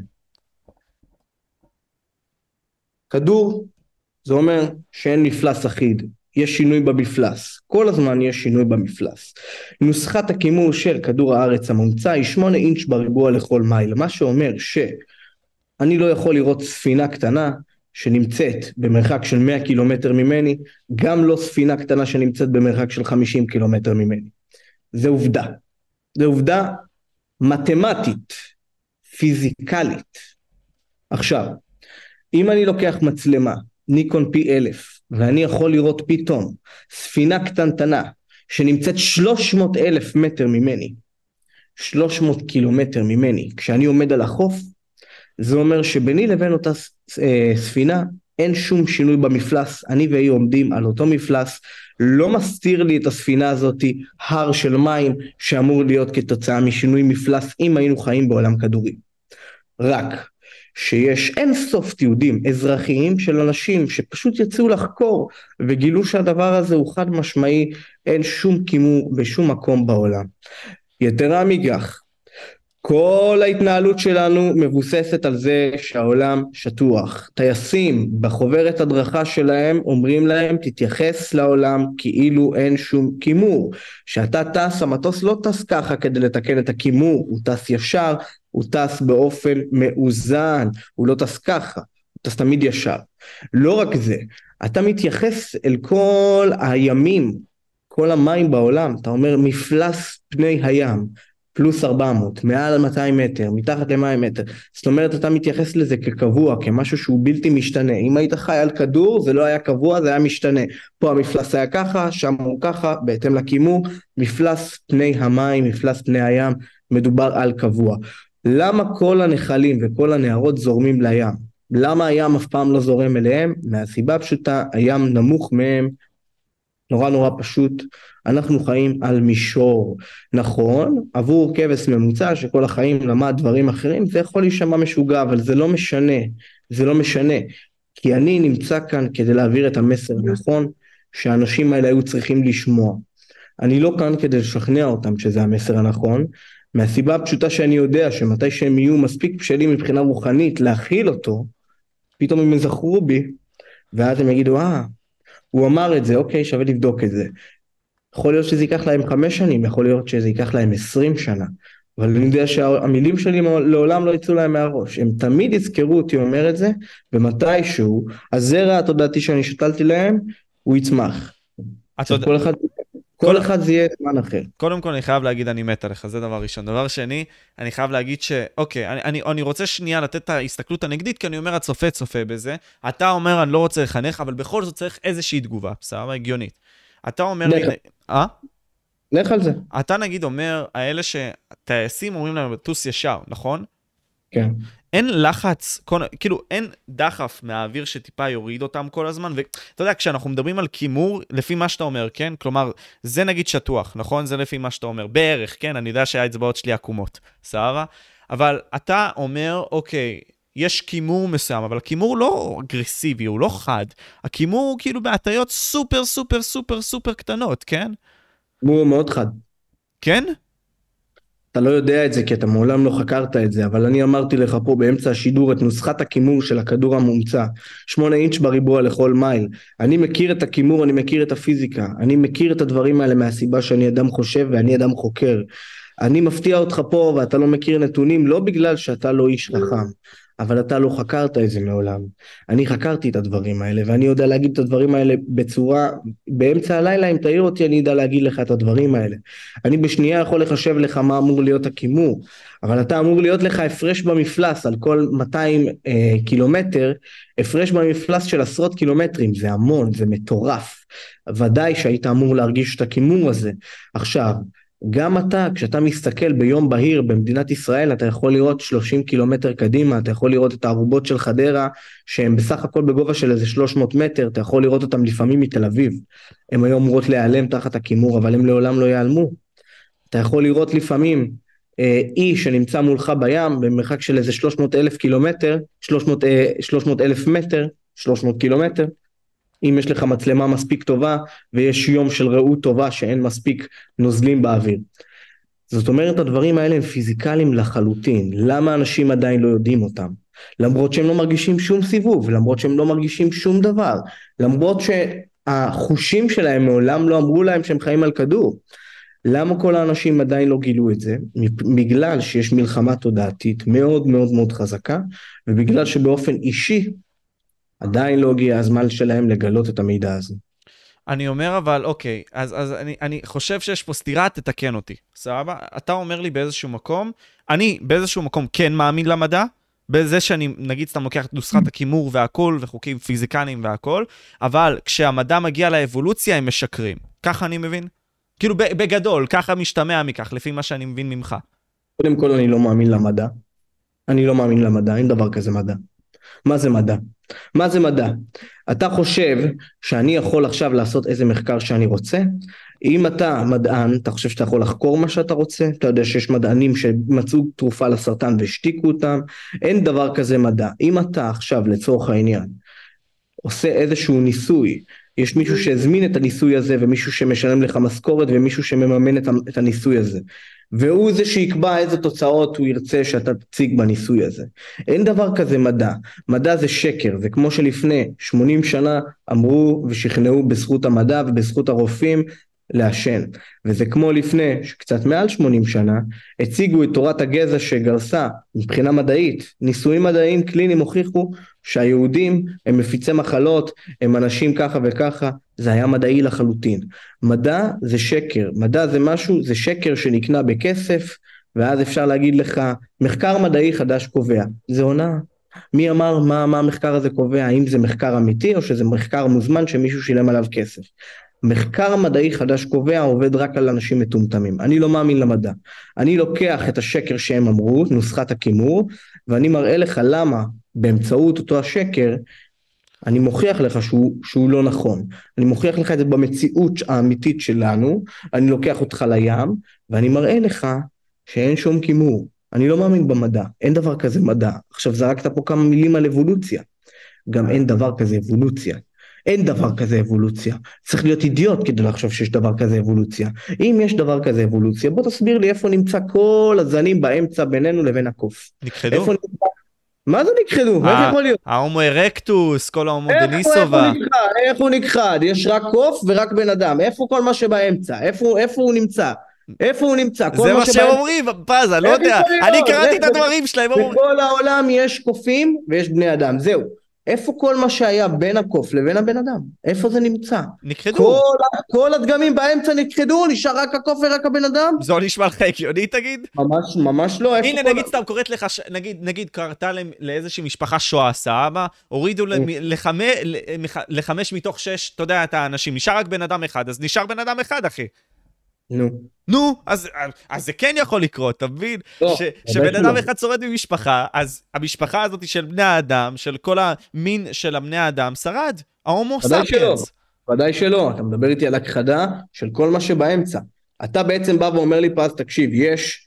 כדור, זה אומר שאין מפלס אחיד. יש שינוי במפלס, כל הזמן יש שינוי במפלס. נוסחת הכימור של כדור הארץ המומצא היא שמונה אינץ' בריבוע לכל מייל, מה שאומר שאני לא יכול לראות ספינה קטנה שנמצאת במרחק של מאה קילומטר ממני, גם לא ספינה קטנה שנמצאת במרחק של חמישים קילומטר ממני. זה עובדה. זה עובדה מתמטית, פיזיקלית. עכשיו, אם אני לוקח מצלמה, ניקון פי אלף, ואני יכול לראות פתאום ספינה קטנטנה שנמצאת שלוש מאות אלף מטר ממני, שלוש מאות קילומטר ממני, כשאני עומד על החוף, זה אומר שביני לבין אותה ספינה אין שום שינוי במפלס, אני והיא עומדים על אותו מפלס, לא מסתיר לי את הספינה הזאת הר של מים שאמור להיות כתוצאה משינוי מפלס אם היינו חיים בעולם כדורי. רק שיש אין סוף תיעודים אזרחיים של אנשים שפשוט יצאו לחקור וגילו שהדבר הזה הוא חד משמעי, אין שום כימור בשום מקום בעולם. יתרה מכך, כל ההתנהלות שלנו מבוססת על זה שהעולם שטוח. טייסים בחוברת הדרכה שלהם אומרים להם תתייחס לעולם כאילו אין שום כימור. שאתה טס, המטוס לא טס ככה כדי לתקן את הכימור, הוא טס ישר, הוא טס באופן מאוזן, הוא לא טס ככה, הוא טס תמיד ישר. לא רק זה, אתה מתייחס אל כל הימים, כל המים בעולם, אתה אומר מפלס פני הים, פלוס ארבע מאות, מעל מאתיים מטר, מתחת ל-מאה מטר. זאת אומרת, אתה מתייחס לזה כקבוע, כמשהו שהוא בלתי משתנה. אם היית חי על כדור, זה לא היה קבוע, זה היה משתנה. פה המפלס היה ככה, שם הוא ככה, בהתאם לכימור, מפלס פני המים, מפלס פני הים, מדובר על קבוע. למה כל הנחלים וכל הנהרות זורמים לים? למה הים אף פעם לא זורם אליהם? מהסיבה פשוטה, הים נמוך מהם, נורא נורא פשוט, אנחנו חיים על מישור. נכון, עבור כבש ממוצע שכל החיים למד דברים אחרים, זה יכול להישמע משוגע, אבל זה לא משנה, זה לא משנה, כי אני נמצא כאן כדי להעביר את המסר נכון, שהאנשים האלה היו צריכים לשמוע. אני לא כאן כדי לשכנע אותם שזה המסר הנכון, מהסיבה הפשוטה שאני יודע שמתי שהם יהיו מספיק בשלים מבחינה רוחנית להכיל אותו, פתאום הם יזכרו בי, ואז הם יגידו, אה, הוא אמר את זה, אוקיי, שווה לבדוק את זה. יכול להיות שזה ייקח להם חמש שנים, יכול להיות שזה ייקח להם עשרים שנה, אבל אני יודע שהמילים שלי לעולם לא יצאו להם מהראש. הם תמיד יזכרו אותי אומר את זה, ומתישהו, הזרע התודעתי שאני שתלתי להם, הוא יצמח. כל אחד... כל אחד זה יהיה זמן אחר. קודם כל אני חייב להגיד אני מת עליך, זה דבר ראשון. דבר שני, אני חייב להגיד ש... אוקיי, אני, אני, אני רוצה שנייה לתת את ההסתכלות הנגדית, כי אני אומר, הצופה צופה בזה. אתה אומר, אני לא רוצה לחנך, אבל בכל זאת צריך איזושהי תגובה, בסדר, הגיונית. אתה אומר לי... אה? לך על זה. אתה נגיד אומר, האלה שטייסים אומרים להם, טוס ישר, נכון? כן. אין לחץ, כאילו אין דחף מהאוויר שטיפה יוריד אותם כל הזמן, ואתה יודע, כשאנחנו מדברים על כימור, לפי מה שאתה אומר, כן? כלומר, זה נגיד שטוח, נכון? זה לפי מה שאתה אומר, בערך, כן? אני יודע שהאצבעות שלי עקומות, סבבה? אבל אתה אומר, אוקיי, יש כימור מסוים, אבל הכימור לא אגרסיבי, הוא לא חד. הכימור הוא כאילו בהטיות סופר סופר סופר סופר קטנות, כן? הוא מאוד חד. כן? אתה לא יודע את זה כי אתה מעולם לא חקרת את זה, אבל אני אמרתי לך פה באמצע השידור את נוסחת הכימור של הכדור המומצא, שמונה אינץ' בריבוע לכל מייל. אני מכיר את הכימור, אני מכיר את הפיזיקה, אני מכיר את הדברים האלה מהסיבה שאני אדם חושב ואני אדם חוקר. אני מפתיע אותך פה ואתה לא מכיר נתונים, לא בגלל שאתה לא איש חכם, אבל אתה לא חקרת את זה מעולם. אני חקרתי את הדברים האלה, ואני יודע להגיד את הדברים האלה בצורה, באמצע הלילה, אם תעיר אותי, אני יודע להגיד לך את הדברים האלה. אני בשנייה יכול לחשב לך מה אמור להיות הכימור, אבל אתה אמור להיות לך הפרש במפלס, על כל מאתיים אה, קילומטר, הפרש במפלס של עשרות קילומטרים, זה המון, זה מטורף. ודאי שהיית אמור להרגיש את הכימור הזה. עכשיו, גם אתה, כשאתה מסתכל ביום בהיר במדינת ישראל, אתה יכול לראות שלושים קילומטר קדימה, אתה יכול לראות את הערובות של חדרה, שהן בסך הכל בגובה של איזה שלוש מאות מטר, אתה יכול לראות אותם לפעמים מתל אביב. הן היום אמורות להיעלם תחת הכימור, אבל הם לעולם לא ייעלמו. אתה יכול לראות לפעמים אה, אי שנמצא מולך בים, במרחק של איזה שלוש מאות אלף קילומטר, שלוש מאות, אה, שלוש מאות אלף מטר, שלוש מאות קילומטר, אם יש לך מצלמה מספיק טובה, ויש יום של ראות טובה שאין מספיק נוזלים באוויר. זאת אומרת, הדברים האלה הם פיזיקליים לחלוטין. למה אנשים עדיין לא יודעים אותם? למרות שהם לא מרגישים שום סיבוב, למרות שהם לא מרגישים שום דבר, למרות שהחושים שלהם מעולם לא אמרו להם שהם חיים על כדור. למה כל האנשים עדיין לא גילו את זה? בגלל שיש מלחמה תודעתית מאוד מאוד מאוד חזקה, ובגלל שבאופן אישי, עדיין לא הגיע הזמן שלהם לגלות את המידע הזה. אני אומר אבל, אוקיי, אז, אז אני, אני חושב שיש פה סתירה, תתקן אותי, סבבה? אתה אומר לי באיזשהו מקום, אני באיזשהו מקום כן מאמין למדע, בזה שאני, נגיד, סתם לוקח את נוסחת הכימור והכל, וחוקים פיזיקליים והכל, אבל כשהמדע מגיע לאבולוציה, הם משקרים. ככה אני מבין? כאילו בגדול, ככה משתמע מכך, לפי מה שאני מבין ממך. קודם כל, אני לא מאמין למדע. אני לא מאמין למדע, אין דבר כזה מדע. מה זה מדע? מה זה מדע? אתה חושב שאני יכול עכשיו לעשות איזה מחקר שאני רוצה? אם אתה מדען, אתה חושב שאתה יכול לחקור מה שאתה רוצה, אתה יודע שיש מדענים שמצאו תרופה לסרטן והשתיקו אותם, אין דבר כזה מדע. אם אתה עכשיו לצורך העניין עושה איזשהו ניסוי, יש מישהו שהזמין את הניסוי הזה ומישהו שמשלם לך משכורת ומישהו שמממן את הניסוי הזה, והוא זה שיקבע איזה תוצאות הוא ירצה שאתה תציג בניסוי הזה. אין דבר כזה מדע. מדע זה שקר, זה כמו שלפני שמונים שנה אמרו ושכנעו בזכות המדע ובזכות הרופאים לעשן, וזה כמו לפני שקצת מעל שמונים שנה הציגו את תורת הגזע שגרסה מבחינה מדעית, ניסויים מדעיים קליניים הוכיחו שהיהודים הם מפיצי מחלות, הם אנשים ככה וככה, זה היה מדעי לחלוטין. מדע זה שקר, מדע זה משהו, זה שקר שנקנה בכסף, ואז אפשר להגיד לך, מחקר מדעי חדש קובע, זה עונה. מי אמר מה, מה המחקר הזה קובע, האם זה מחקר אמיתי או שזה מחקר מוזמן שמישהו שילם עליו כסף. מחקר מדעי חדש קובע עובד רק על אנשים מטומטמים. אני לא מאמין למדע. אני לוקח את השקר שהם אמרו, נוסחת הכימור, ואני מראה לך למה באמצעות אותו השקר, אני מוכיח לך שהוא, שהוא לא נכון. אני מוכיח לך את זה במציאות האמיתית שלנו, אני לוקח אותך לים, ואני מראה לך שאין שום כימור. אני לא מאמין במדע, אין דבר כזה מדע. עכשיו זרקת פה כמה מילים על אבולוציה. גם אין דבר כזה אבולוציה. אין דבר כזה אבולוציה. צריך להיות אידיוט כדי לחשוב שיש דבר כזה אבולוציה. אם יש דבר כזה אבולוציה, בוא תסביר לי איפה נמצא כל הזנים באמצע בינינו לבין הקוף. נכחדו? איפה נמצא? מה זה נכחדו? איך יכול להיות? ההומו ארקטוס, כל ההומו איך דניסובה. הוא נכחד? איך הוא נכחד? יש רק קוף ורק בן אדם. איפה כל מה שבאמצע? איפה הוא נמצא? איפה הוא נמצא? זה מה שהם אומרים, פז, אני לא יודע. אני קראתי את הדברים שלהם. בכל העולם יש קופים ויש בני אדם, זהו. איפה כל מה שהיה בין הקוף לבין הבן אדם? איפה זה נמצא? נכחדו. כל, כל הדגמים באמצע נכחדו, נשאר רק הקוף ורק הבן אדם? זו נשמע לך הגיוני, תגיד? ממש, ממש לא. הנה, כל... נגיד סתם, קוראת לך, נגיד, נגיד, קרתה לאיזושהי משפחה שואה, סבא, הורידו לחמש, לחמש מתוך שש, אתה יודע, את האנשים, נשאר רק בן אדם אחד, אז נשאר בן אדם אחד, אחי. נו. נו, אז, אז זה כן יכול לקרות, אתה מבין? ש, שבן אדם אחד שורד במשפחה, אז המשפחה הזאת של בני האדם, של כל המין של הבני האדם, שרד, ההומו ספיאנס. ודאי שלא, אתה מדבר איתי על הכחדה של כל מה שבאמצע. אתה בעצם בא ואומר לי פז, תקשיב, יש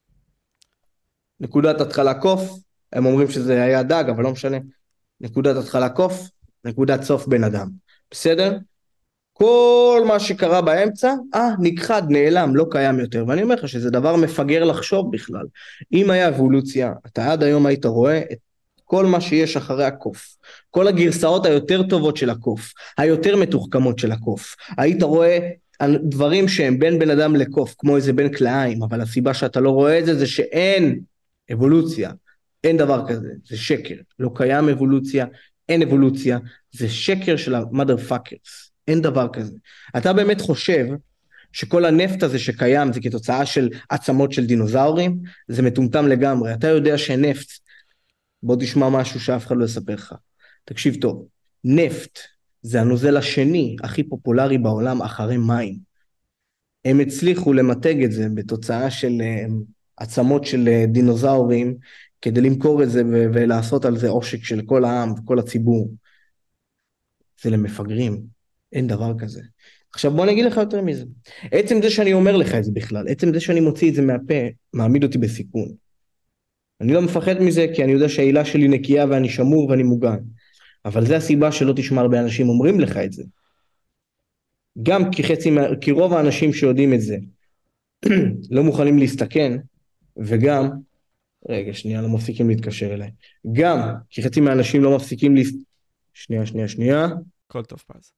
נקודת התחלה קוף, הם אומרים שזה היה דג, אבל לא משנה. נקודת התחלה קוף, נקודת סוף בן אדם. בסדר? כל מה שקרה באמצע, אה, נכחד, נעלם, לא קיים יותר. ואני אומר לך שזה דבר מפגר לחשוב בכלל. אם היה אבולוציה, אתה עד היום היית רואה את כל מה שיש אחרי הקוף. כל הגרסאות היותר טובות של הקוף, היותר מתוחכמות של הקוף. היית רואה דברים שהם בין בן אדם לקוף, כמו איזה בין כלאיים, אבל הסיבה שאתה לא רואה את זה, זה שאין אבולוציה. אין דבר כזה, זה שקר. לא קיים אבולוציה, אין אבולוציה, זה שקר של ה-mother fuckers. אין דבר כזה. אתה באמת חושב שכל הנפט הזה שקיים זה כתוצאה של עצמות של דינוזאורים? זה מטומטם לגמרי. אתה יודע שנפט, בוא תשמע משהו שאף אחד לא יספר לך. תקשיב טוב, נפט זה הנוזל השני הכי פופולרי בעולם אחרי מים. הם הצליחו למתג את זה בתוצאה של עצמות של דינוזאורים, כדי למכור את זה ולעשות על זה עושק של כל העם וכל הציבור. זה למפגרים. אין דבר כזה. עכשיו בוא נגיד לך יותר מזה. עצם זה שאני אומר לך את זה בכלל, עצם זה שאני מוציא את זה מהפה, מעמיד אותי בסיכון. אני לא מפחד מזה, כי אני יודע שהעילה שלי נקייה ואני שמור ואני מוגן. אבל זה הסיבה שלא תשמע הרבה אנשים אומרים לך את זה. גם כי חצי, כי רוב האנשים שיודעים את זה, לא מוכנים להסתכן, וגם, רגע, שנייה, לא מפסיקים להתקשר אליי. גם כי חצי מהאנשים לא מפסיקים להסתכן, שנייה, שנייה, שנייה. כל טוב פז.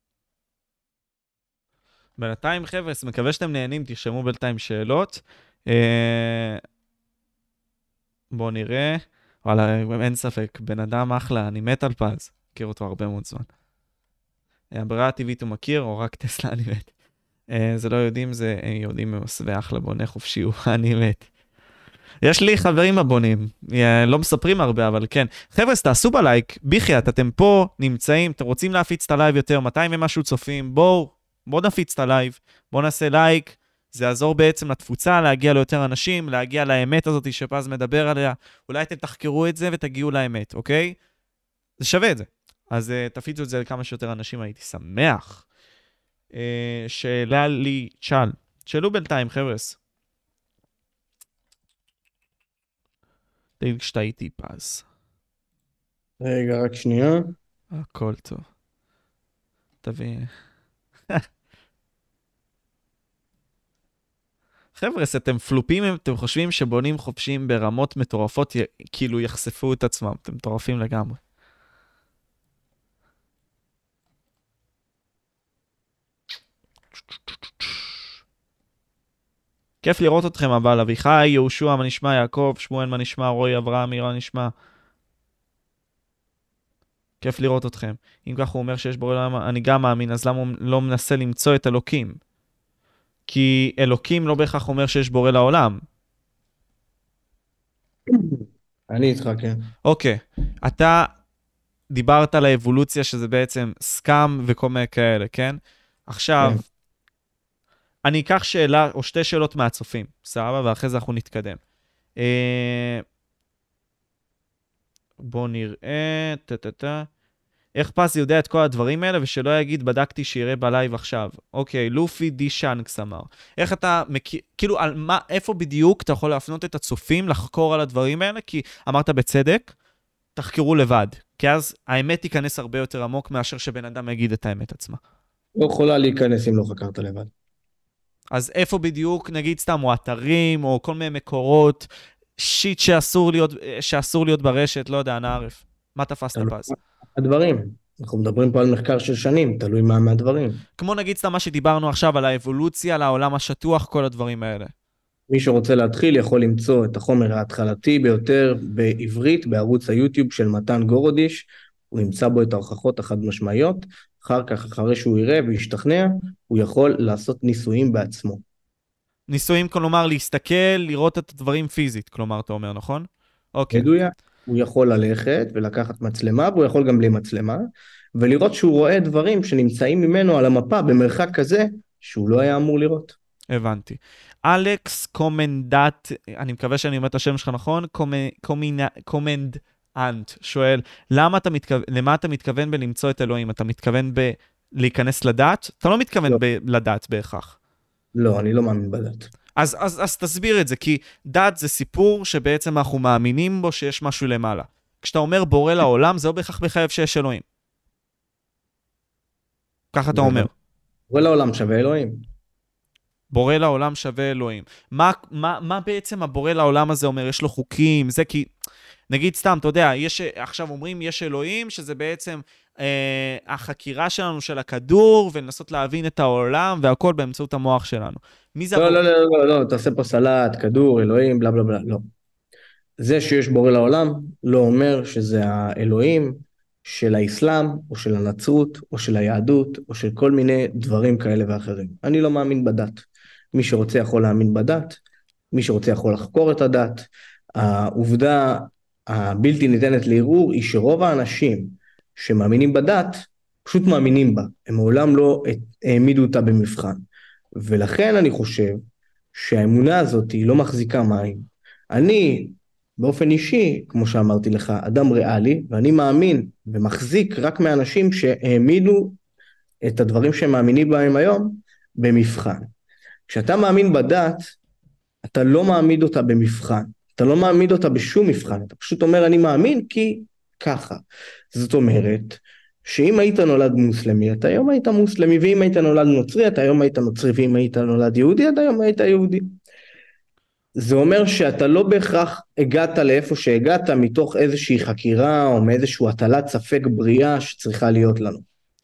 בינתיים חבר'ה, מקווה שאתם נהנים, תרשמו בינתיים שאלות. בואו נראה. וואלה, אין ספק, בן אדם אחלה, אני מת על פז. מכיר אותו הרבה מאוד זמן. הברירה הטבעית הוא מכיר, או רק טסלה אני מת. זה לא יודעים, זה יודעים מעושבי אחלה בונה חופשי, הוא אני מת. יש לי חברים הבונים, לא מספרים הרבה, אבל כן. חבר'ה, תעשו בלייק, ביחייאת, אתם פה נמצאים, אתם רוצים להפיץ את הלייב יותר, מאתיים ומשהו צופים, בואו, בואו נפיץ את הלייב, בואו נעשה לייק, זה יעזור בעצם לתפוצה, להגיע ליותר אנשים, להגיע לאמת הזאת שפז מדבר עליה, אולי אתם תחקרו את זה ותגיעו לאמת, אוקיי? זה שווה את זה. אז uh, תפיצו את זה לכמה שיותר אנשים, הייתי שמח. אה, שאלה לי, צ'אל. שאלו בינתיים, חבר'ס. תגיד כשאתה איתי פז. רגע, רק שנייה. הכל טוב. תביא... חבר'ס, אתם פלופים, אתם חושבים שבונים חופשים ברמות מטורפות, י... כאילו יחשפו את עצמם, אתם מטורפים לגמרי. כיף לראות אתכם, אבל אביחי, יהושע, מה נשמע, יעקב, שמואל, מה נשמע, רועי, אברהם, מירה, נשמע. כיף לראות אתכם. אם כך הוא אומר שיש בורא לעולם, אני גם מאמין, אז למה הוא לא מנסה למצוא את אלוקים? כי אלוקים לא בהכרח אומר שיש בורא לעולם. אני איתך, כן. אוקיי, אתה דיברת על האבולוציה שזה בעצם סקאם וכל מיני כאלה, כן? עכשיו, כן. אני אקח שאלה או שתי שאלות מהצופים, סבבה? ואחרי זה אנחנו נתקדם. אה... בוא נראה, טה-טה-טה. איך פז יודע את כל הדברים האלה, ושלא יגיד, בדקתי שיראה בלייב עכשיו. אוקיי, לופי די שאנקס אמר. איך אתה מכיר, כאילו, על מה, איפה בדיוק אתה יכול להפנות את הצופים לחקור על הדברים האלה? כי אמרת בצדק, תחקרו לבד. כי אז האמת תיכנס הרבה יותר עמוק מאשר שבן אדם יגיד את האמת עצמה. לא יכולה להיכנס אם לא חקרת לבד. אז איפה בדיוק, נגיד סתם, או אתרים, או כל מיני מקורות, שיט שאסור להיות, שאסור להיות ברשת, לא יודע, נערף. מה תפסת פז? הדברים. אנחנו מדברים פה על מחקר של שנים, תלוי מה מהדברים. כמו נגיד סתם מה שדיברנו עכשיו על האבולוציה, על העולם השטוח, כל הדברים האלה. מי שרוצה להתחיל יכול למצוא את החומר ההתחלתי ביותר בעברית, בערוץ היוטיוב של מתן גורודיש, הוא ימצא בו את ההוכחות החד משמעיות, אחר כך, אחרי שהוא יראה וישתכנע, הוא יכול לעשות ניסויים בעצמו. ניסויים, כלומר, להסתכל, לראות את הדברים פיזית, כלומר, אתה אומר, נכון? אוקיי. מדויק. הוא יכול ללכת ולקחת מצלמה, והוא יכול גם בלי מצלמה, ולראות שהוא רואה דברים שנמצאים ממנו על המפה במרחק כזה, שהוא לא היה אמור לראות. הבנתי. אלכס קומנדט, אני מקווה שאני אומר את השם שלך נכון, קומנדאנט, שואל, למה אתה מתכוון, למה אתה מתכוון בלמצוא את אלוהים? אתה מתכוון בלהיכנס לדת? אתה לא מתכוון לא. בלדת בהכרח. לא, אני לא מאמין בדת. אז, אז, אז תסביר את זה, כי דת זה סיפור שבעצם אנחנו מאמינים בו שיש משהו למעלה. כשאתה אומר בורא לעולם, זה לא בהכרח בחייב שיש אלוהים. ככה אתה אומר. בורא לעולם שווה אלוהים. בורא לעולם שווה אלוהים. מה, מה, מה בעצם הבורא לעולם הזה אומר? יש לו חוקים, זה כי, נגיד סתם, אתה יודע, יש, עכשיו אומרים יש אלוהים, שזה בעצם אה, החקירה שלנו של הכדור, ולנסות להבין את העולם, והכל באמצעות המוח שלנו. מי זה לא, הבורא? לא, לא, לא, לא, תעשה פה סלט, כדור, אלוהים, בלה בלה בלה, לא. זה שיש בורא לעולם, לא אומר שזה האלוהים של האסלאם, או של הנצרות, או של היהדות, או של כל מיני דברים כאלה ואחרים. אני לא מאמין בדת. מי שרוצה יכול להאמין בדת, מי שרוצה יכול לחקור את הדת. העובדה הבלתי ניתנת לערעור היא שרוב האנשים שמאמינים בדת, פשוט מאמינים בה. הם מעולם לא העמידו אותה במבחן. ולכן אני חושב שהאמונה הזאת היא לא מחזיקה מים. אני, באופן אישי, כמו שאמרתי לך, אדם ריאלי, ואני מאמין ומחזיק רק מאנשים שהעמידו את הדברים שהם מאמינים בהם היום במבחן. כשאתה מאמין בדת, אתה לא מעמיד אותה במבחן. אתה לא מעמיד אותה בשום מבחן. אתה פשוט אומר, אני מאמין כי ככה. זאת אומרת, שאם היית נולד מוסלמי, אתה היום היית מוסלמי, ואם היית נולד נוצרי, אתה היום היית נוצרי, ואם היית נולד יהודי, אתה היום היית יהודי. זה אומר שאתה לא בהכרח הגעת לאיפה שהגעת מתוך איזושהי חקירה, או מאיזשהו הטלת ספק בריאה שצריכה להיות לנו.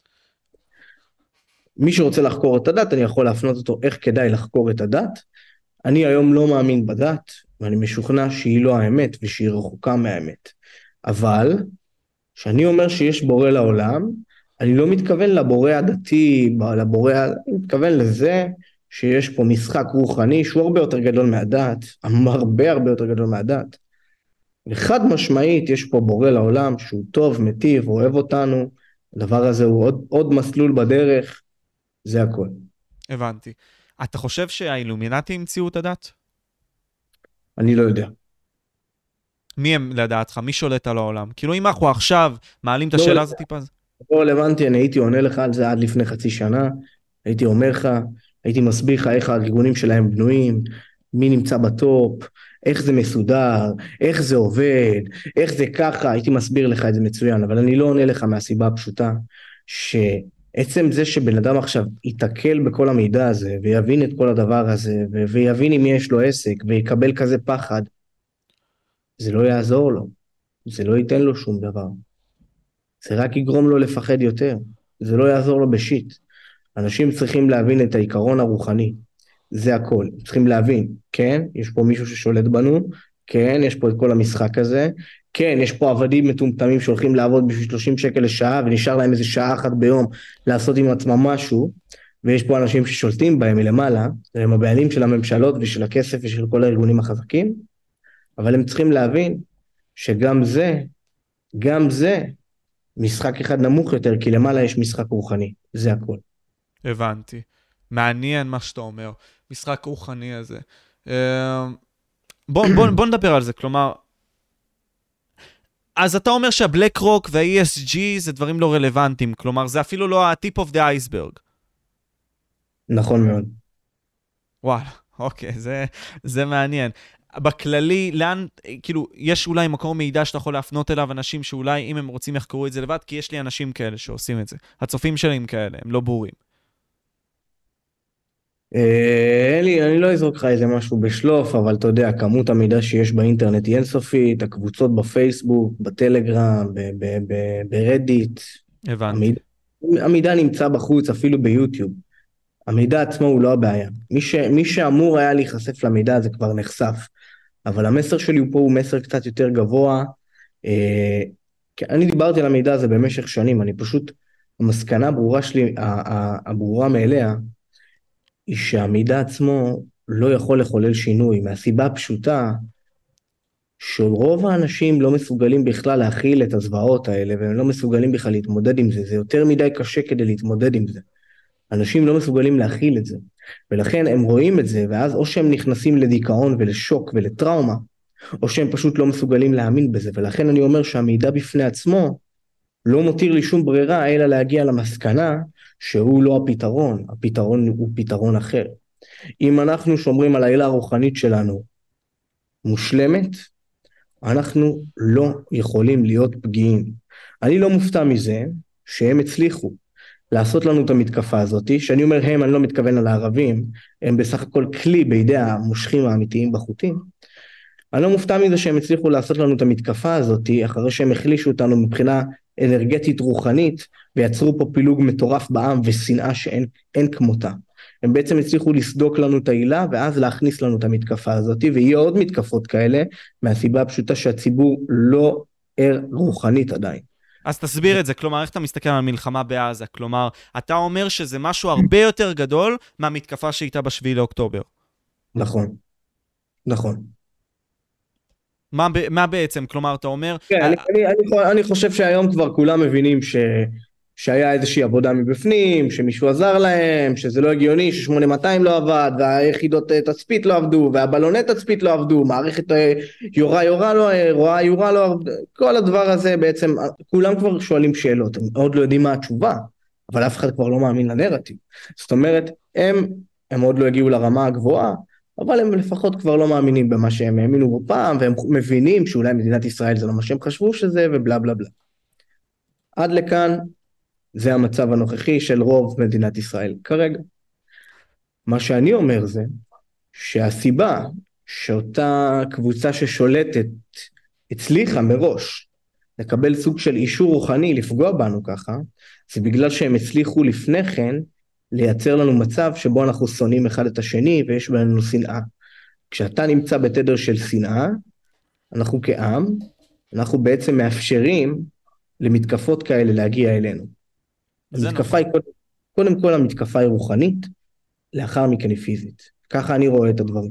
מי שרוצה לחקור את הדת, אני יכול להפנות אותו איך כדאי לחקור את הדת. אני היום לא מאמין בדת, ואני משוכנע שהיא לא האמת, ושהיא רחוקה מהאמת. אבל, כשאני אומר שיש בורא לעולם, אני לא מתכוון לבורא הדתי, לבורא, אני מתכוון לזה שיש פה משחק רוחני, שהוא הרבה יותר גדול מהדת, הרבה הרבה יותר גדול מהדת. וחד משמעית, יש פה בורא לעולם, שהוא טוב, מטיב, אוהב אותנו, הדבר הזה הוא עוד, עוד מסלול בדרך, זה הכל. הבנתי. אתה חושב שהאילומינטי המציאו את הדת? אני לא יודע. מי הם לדעתך? מי שולט על העולם? כאילו אם אנחנו עכשיו מעלים את השאלה הזאת טיפה? לא רלוונטי, אני הייתי עונה לך על זה עד לפני חצי שנה. הייתי אומר לך, הייתי מסביר לך איך הארגונים שלהם בנויים, מי נמצא בטופ, איך זה מסודר, איך זה עובד, איך זה ככה, הייתי מסביר לך את זה מצוין, אבל אני לא עונה לך מהסיבה הפשוטה, שעצם זה שבן אדם עכשיו יתקל בכל המידע הזה, ויבין את כל הדבר הזה, ו- ויבין אם יש לו עסק, ויקבל כזה פחד, זה לא יעזור לו, זה לא ייתן לו שום דבר, זה רק יגרום לו לפחד יותר, זה לא יעזור לו בשיט. אנשים צריכים להבין את העיקרון הרוחני, זה הכל, צריכים להבין, כן, יש פה מישהו ששולט בנו, כן, יש פה את כל המשחק הזה, כן, יש פה עבדים מטומטמים שהולכים לעבוד בשביל שלושים שקל לשעה, ונשאר להם איזה שעה אחת ביום לעשות עם עצמם משהו, ויש פה אנשים ששולטים בהם מלמעלה, הם הבעלים של הממשלות ושל הכסף ושל כל הארגונים החזקים, אבל הם צריכים להבין שגם זה, גם זה, משחק אחד נמוך יותר, כי למעלה יש משחק רוחני, זה הכל. הבנתי. מעניין מה שאתה אומר. משחק רוחני הזה. בוא, בוא, בוא נדבר על זה, כלומר, אז אתה אומר שהבלק רוק וה-אי אס ג'י זה דברים לא רלוונטיים, כלומר, זה אפילו לא ה-tip of the iceberg. נכון מאוד. וואלה, אוקיי, זה, זה מעניין. בכללי, לאן, כאילו, יש אולי מקור מידע שאתה יכול להפנות אליו אנשים שאולי, אם הם רוצים יחקרו את זה לבד, כי יש לי אנשים כאלה שעושים את זה. הצופים שלהם כאלה, הם לא ברורים. אלי, אני לא אזרוק לך איזה משהו בשלוף, אבל אתה יודע, כמות המידע שיש באינטרנט היא אינסופית, הקבוצות בפייסבוק, בטלגרם, ברדיט. הבנתי. המידע נמצא בחוץ, אפילו ביוטיוב. המידע עצמו הוא לא הבעיה. מי, ש, מי שאמור היה להיחשף למידע הזה כבר נחשף. אבל המסר שלי פה הוא מסר קצת יותר גבוה. אה, אני דיברתי על המידע הזה במשך שנים, אני פשוט, המסקנה הברורה שלי, הברורה מאליה, היא שהמידע עצמו לא יכול לחולל שינוי, מהסיבה הפשוטה, שרוב האנשים לא מסוגלים בכלל להכיל את הזוועות האלה, והם לא מסוגלים בכלל להתמודד עם זה, זה יותר מדי קשה כדי להתמודד עם זה. אנשים לא מסוגלים להכיל את זה, ולכן הם רואים את זה, ואז או שהם נכנסים לדיכאון ולשוק ולטראומה, או שהם פשוט לא מסוגלים להאמין בזה, ולכן אני אומר שהמידע בפני עצמו, לא מותיר לי שום ברירה, אלא להגיע למסקנה, שהוא לא הפתרון, הפתרון הוא פתרון אחר. אם אנחנו שומרים על העילה הרוחנית שלנו מושלמת, אנחנו לא יכולים להיות פגיעים. אני לא מופתע מזה שהם הצליחו לעשות לנו את המתקפה הזאת, שאני אומר הם, אני לא מתכוון על הערבים, הם בסך הכל כלי בידי המושכים האמיתיים בחוטים. אני לא מופתע מזה שהם הצליחו לעשות לנו את המתקפה הזאת, אחרי שהם החלישו אותנו מבחינה אנרגטית רוחנית, ויצרו פה פילוג מטורף בעם ושנאה שאין אין כמותה. הם בעצם הצליחו לסדוק לנו את העילה, ואז להכניס לנו את המתקפה הזאת, ויהיה עוד מתקפות כאלה, מהסיבה הפשוטה שהציבור לא ער רוחנית עדיין. אז תסביר את זה, כלומר, איך אתה מסתכל על המלחמה בעזה? כלומר, אתה אומר שזה משהו הרבה יותר גדול מהמתקפה שהייתה בשביעי לאוקטובר. נכון, נכון. מה, מה בעצם? כלומר, אתה אומר... כן, אני, אני, אני, אני חושב שהיום כבר כולם מבינים ש, שהיה איזושהי עבודה מבפנים, שמישהו עזר להם, שזה לא הגיוני, ש-שמונה מאתיים לא עבד, והיחידות תצפית לא עבדו, והבלוני תצפית לא עבדו, מערכת יורה יורה לא, רואה יורה לא עבדו, כל הדבר הזה בעצם, כולם כבר שואלים שאלות, הם עוד לא יודעים מה התשובה, אבל אף אחד כבר לא מאמין לנרטיב. זאת אומרת, הם, הם עוד לא הגיעו לרמה הגבוהה, אבל הם לפחות כבר לא מאמינים במה שהם האמינו בו פעם, והם מבינים שאולי מדינת ישראל זה לא מה שהם חשבו שזה, ובלה בלה בלה. עד לכאן, זה המצב הנוכחי של רוב מדינת ישראל כרגע. מה שאני אומר זה, שהסיבה שאותה קבוצה ששולטת הצליחה מראש, לקבל סוג של אישור רוחני לפגוע בנו ככה, זה בגלל שהם הצליחו לפני כן, לייצר לנו מצב שבו אנחנו שונאים אחד את השני ויש בינינו שנאה. כשאתה נמצא בתדר של שנאה, אנחנו כעם, אנחנו בעצם מאפשרים למתקפות כאלה להגיע אלינו. המתקפה היא, קודם, קודם כל המתקפה היא רוחנית, לאחר מכן היא פיזית. ככה אני רואה את הדברים.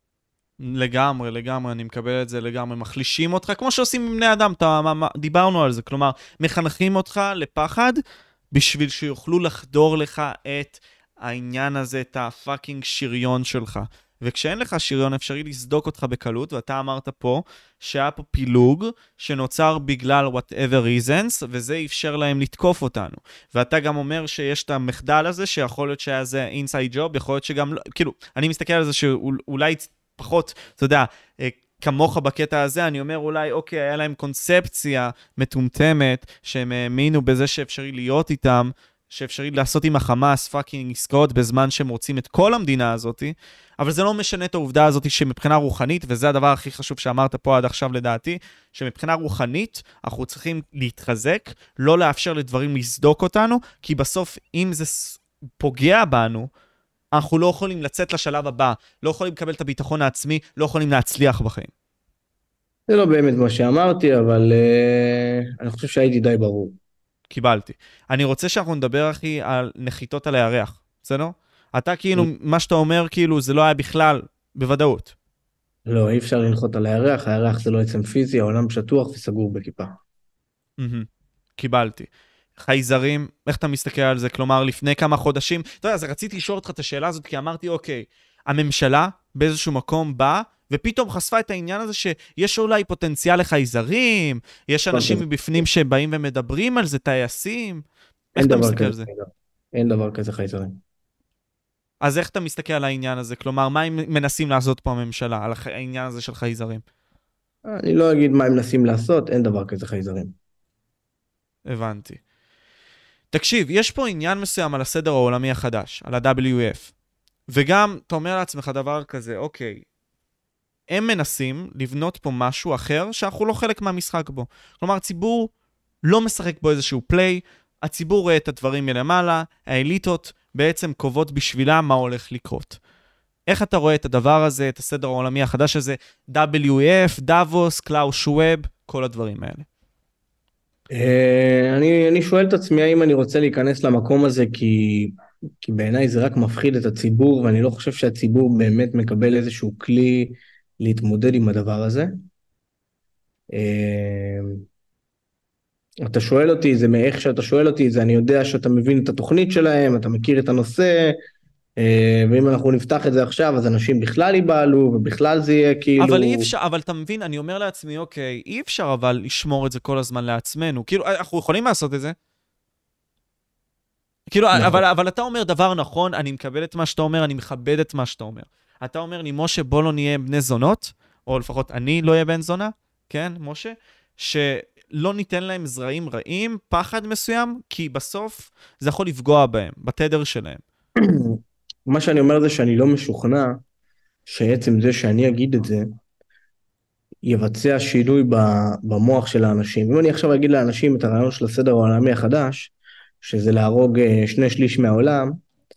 לגמרי, לגמרי, אני מקבל את זה לגמרי, מחלישים אותך, כמו שעושים עם בני אדם, אתה, דיברנו על זה, כלומר, מחנכים אותך לפחד, בשביל שיוכלו לחדור לך את העניין הזה, את הפאקינג שריון שלך. וכשאין לך שריון אפשרי לסדוק אותך בקלות, ואתה אמרת פה שהיה פה פילוג שנוצר בגלל whatever reasons, וזה אפשר להם לתקוף אותנו. ואתה גם אומר שיש את המחדל הזה, שיכול להיות שהיה זה inside job, יכול להיות שגם לא, כאילו, אני מסתכל על זה שאולי פחות, אתה יודע, כמוך בקטע הזה, אני אומר אולי, אוקיי, היה להם קונספציה מטומטמת, שהם האמינו בזה שאפשרי להיות איתם, שאפשרי לעשות עם החמאס פאקינג עסקאות בזמן שהם רוצים את כל המדינה הזאת, אבל זה לא משנה את העובדה הזאת שמבחינה רוחנית, וזה הדבר הכי חשוב שאמרת פה עד עכשיו לדעתי, שמבחינה רוחנית אנחנו צריכים להתחזק, לא לאפשר לדברים לסדוק אותנו, כי בסוף אם זה פוגע בנו, אנחנו לא יכולים לצאת לשלב הבא, לא יכולים לקבל את הביטחון העצמי, לא יכולים להצליח בחיים. זה לא באמת מה שאמרתי, אבל uh, אני חושב שהייתי די ברור. קיבלתי. אני רוצה שאנחנו נדבר, אחי, על נחיתות על הירח. בסדר? אתה כאילו, מה שאתה אומר, כאילו, זה לא היה בכלל, בוודאות. לא, אי אפשר לנחות על הירח, הירח זה לא עצם פיזי, העולם שטוח וסגור בכיפה. קיבלתי. חייזרים, איך אתה מסתכל על זה? כלומר, לפני כמה חודשים, אתה יודע, אז רציתי לשאול אותך את השאלה הזאת, כי אמרתי, אוקיי, הממשלה באיזשהו מקום באה, ופתאום חשפה את העניין הזה שיש אולי פוטנציאל לחייזרים, יש אנשים מבפנים שבאים ומדברים על זה, טייסים. איך אתה מסתכל על זה? אין דבר כזה חייזרים. אז איך אתה מסתכל על העניין הזה? כלומר, מה הם מנסים לעשות פה הממשלה, על העניין הזה של חייזרים? אני לא אגיד מה הם מנסים לעשות, אין דבר כזה חייזרים. הבנתי. תקשיב, יש פה עניין מסוים על הסדר העולמי החדש, על ה-דאבליו אף. וגם, אתה אומר לעצמך דבר כזה, אוקיי, הם מנסים לבנות פה משהו אחר שאנחנו לא חלק מהמשחק בו. כלומר, הציבור לא משחק בו איזשהו פליי, הציבור רואה את הדברים מלמעלה, האליטות בעצם קובעות בשבילה מה הולך לקרות. איך אתה רואה את הדבר הזה, את הסדר העולמי החדש הזה, דאבליו אף, דאבוס, קלאוס שוואב, כל הדברים האלה? אני, אני שואל את עצמי האם אני רוצה להיכנס למקום הזה, כי, כי בעיניי זה רק מפחיד את הציבור, ואני לא חושב שהציבור באמת מקבל איזשהו כלי להתמודד עם הדבר הזה. אתה שואל אותי, זה מאיך שאתה שואל אותי, זה אני יודע שאתה מבין את התוכנית שלהם, אתה מכיר את הנושא, ואם אנחנו נפתח את זה עכשיו, אז אנשים בכלל ייבעלו, ובכלל זה יהיה כאילו... אבל אי אפשר, אבל אתה מבין, אני אומר לעצמי, אוקיי, אי אפשר אבל לשמור את זה כל הזמן לעצמנו. כאילו, אנחנו יכולים לעשות את זה. כאילו, נכון. אבל, אבל אתה אומר דבר נכון, אני מקבל את מה שאתה אומר, אני מכבד את מה שאתה אומר. אתה אומר לי, משה, בוא לא נהיה בני זונות, או לפחות אני לא אהיה בן זונה, כן, משה? שלא ניתן להם זרעים רעים, פחד מסוים, כי בסוף זה יכול לפגוע בהם, בתדר שלהם. מה שאני אומר זה שאני לא משוכנע שעצם זה שאני אגיד את זה, יבצע שינוי במוח של האנשים. אם אני עכשיו אגיד לאנשים את הרעיון של הסדר העולמי החדש, שזה להרוג שני שליש מהעולם,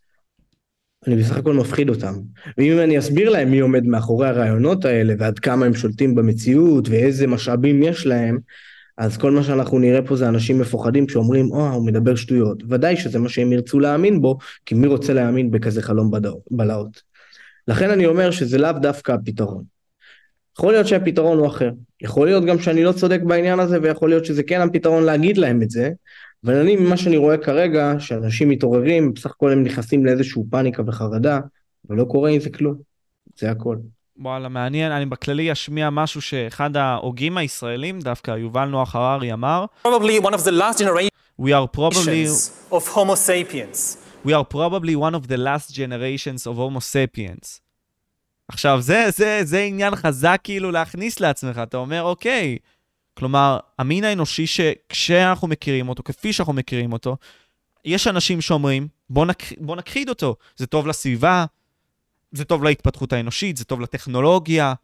אני בסך הכל מפחיד אותם. ואם אני אסביר להם מי עומד מאחורי הרעיונות האלה, ועד כמה הם שולטים במציאות, ואיזה משאבים יש להם, אז כל מה שאנחנו נראה פה זה אנשים מפוחדים שאומרים, או, הוא מדבר שטויות. ודאי שזה מה שהם ירצו להאמין בו, כי מי רוצה להאמין בכזה חלום בלהות. לכן אני אומר שזה לאו דווקא הפתרון. יכול להיות שהפתרון הוא אחר. יכול להיות גם שאני לא צודק בעניין הזה, ויכול להיות שזה כן הפתרון להגיד להם את זה, אבל אני, ממה שאני רואה כרגע, שאנשים מתעוררים, בסך הכל הם נכנסים לאיזשהו פאניקה וחרדה, ולא קורה עם זה כלום. זה הכל. וואלה, מעניין. אני בכללי אשמיע משהו שאחד ההוגים הישראלים, דווקא יובל נוח הררי אמר, Probably one of the last generations We are probably of Homo sapiens. We are probably one of the last generations of Homo sapiens. עכשיו, זה, זה, זה עניין חזק כאילו להכניס לעצמך. אתה אומר, אוקיי, כלומר, המין האנושי שכשאנחנו מכירים אותו, כפי שאנחנו מכירים אותו, יש אנשים שאומרים, בוא, נק... בוא נכחיד אותו. זה טוב לסביבה, זה טוב להתפתחות האנושית, זה טוב לטכנולוגיה.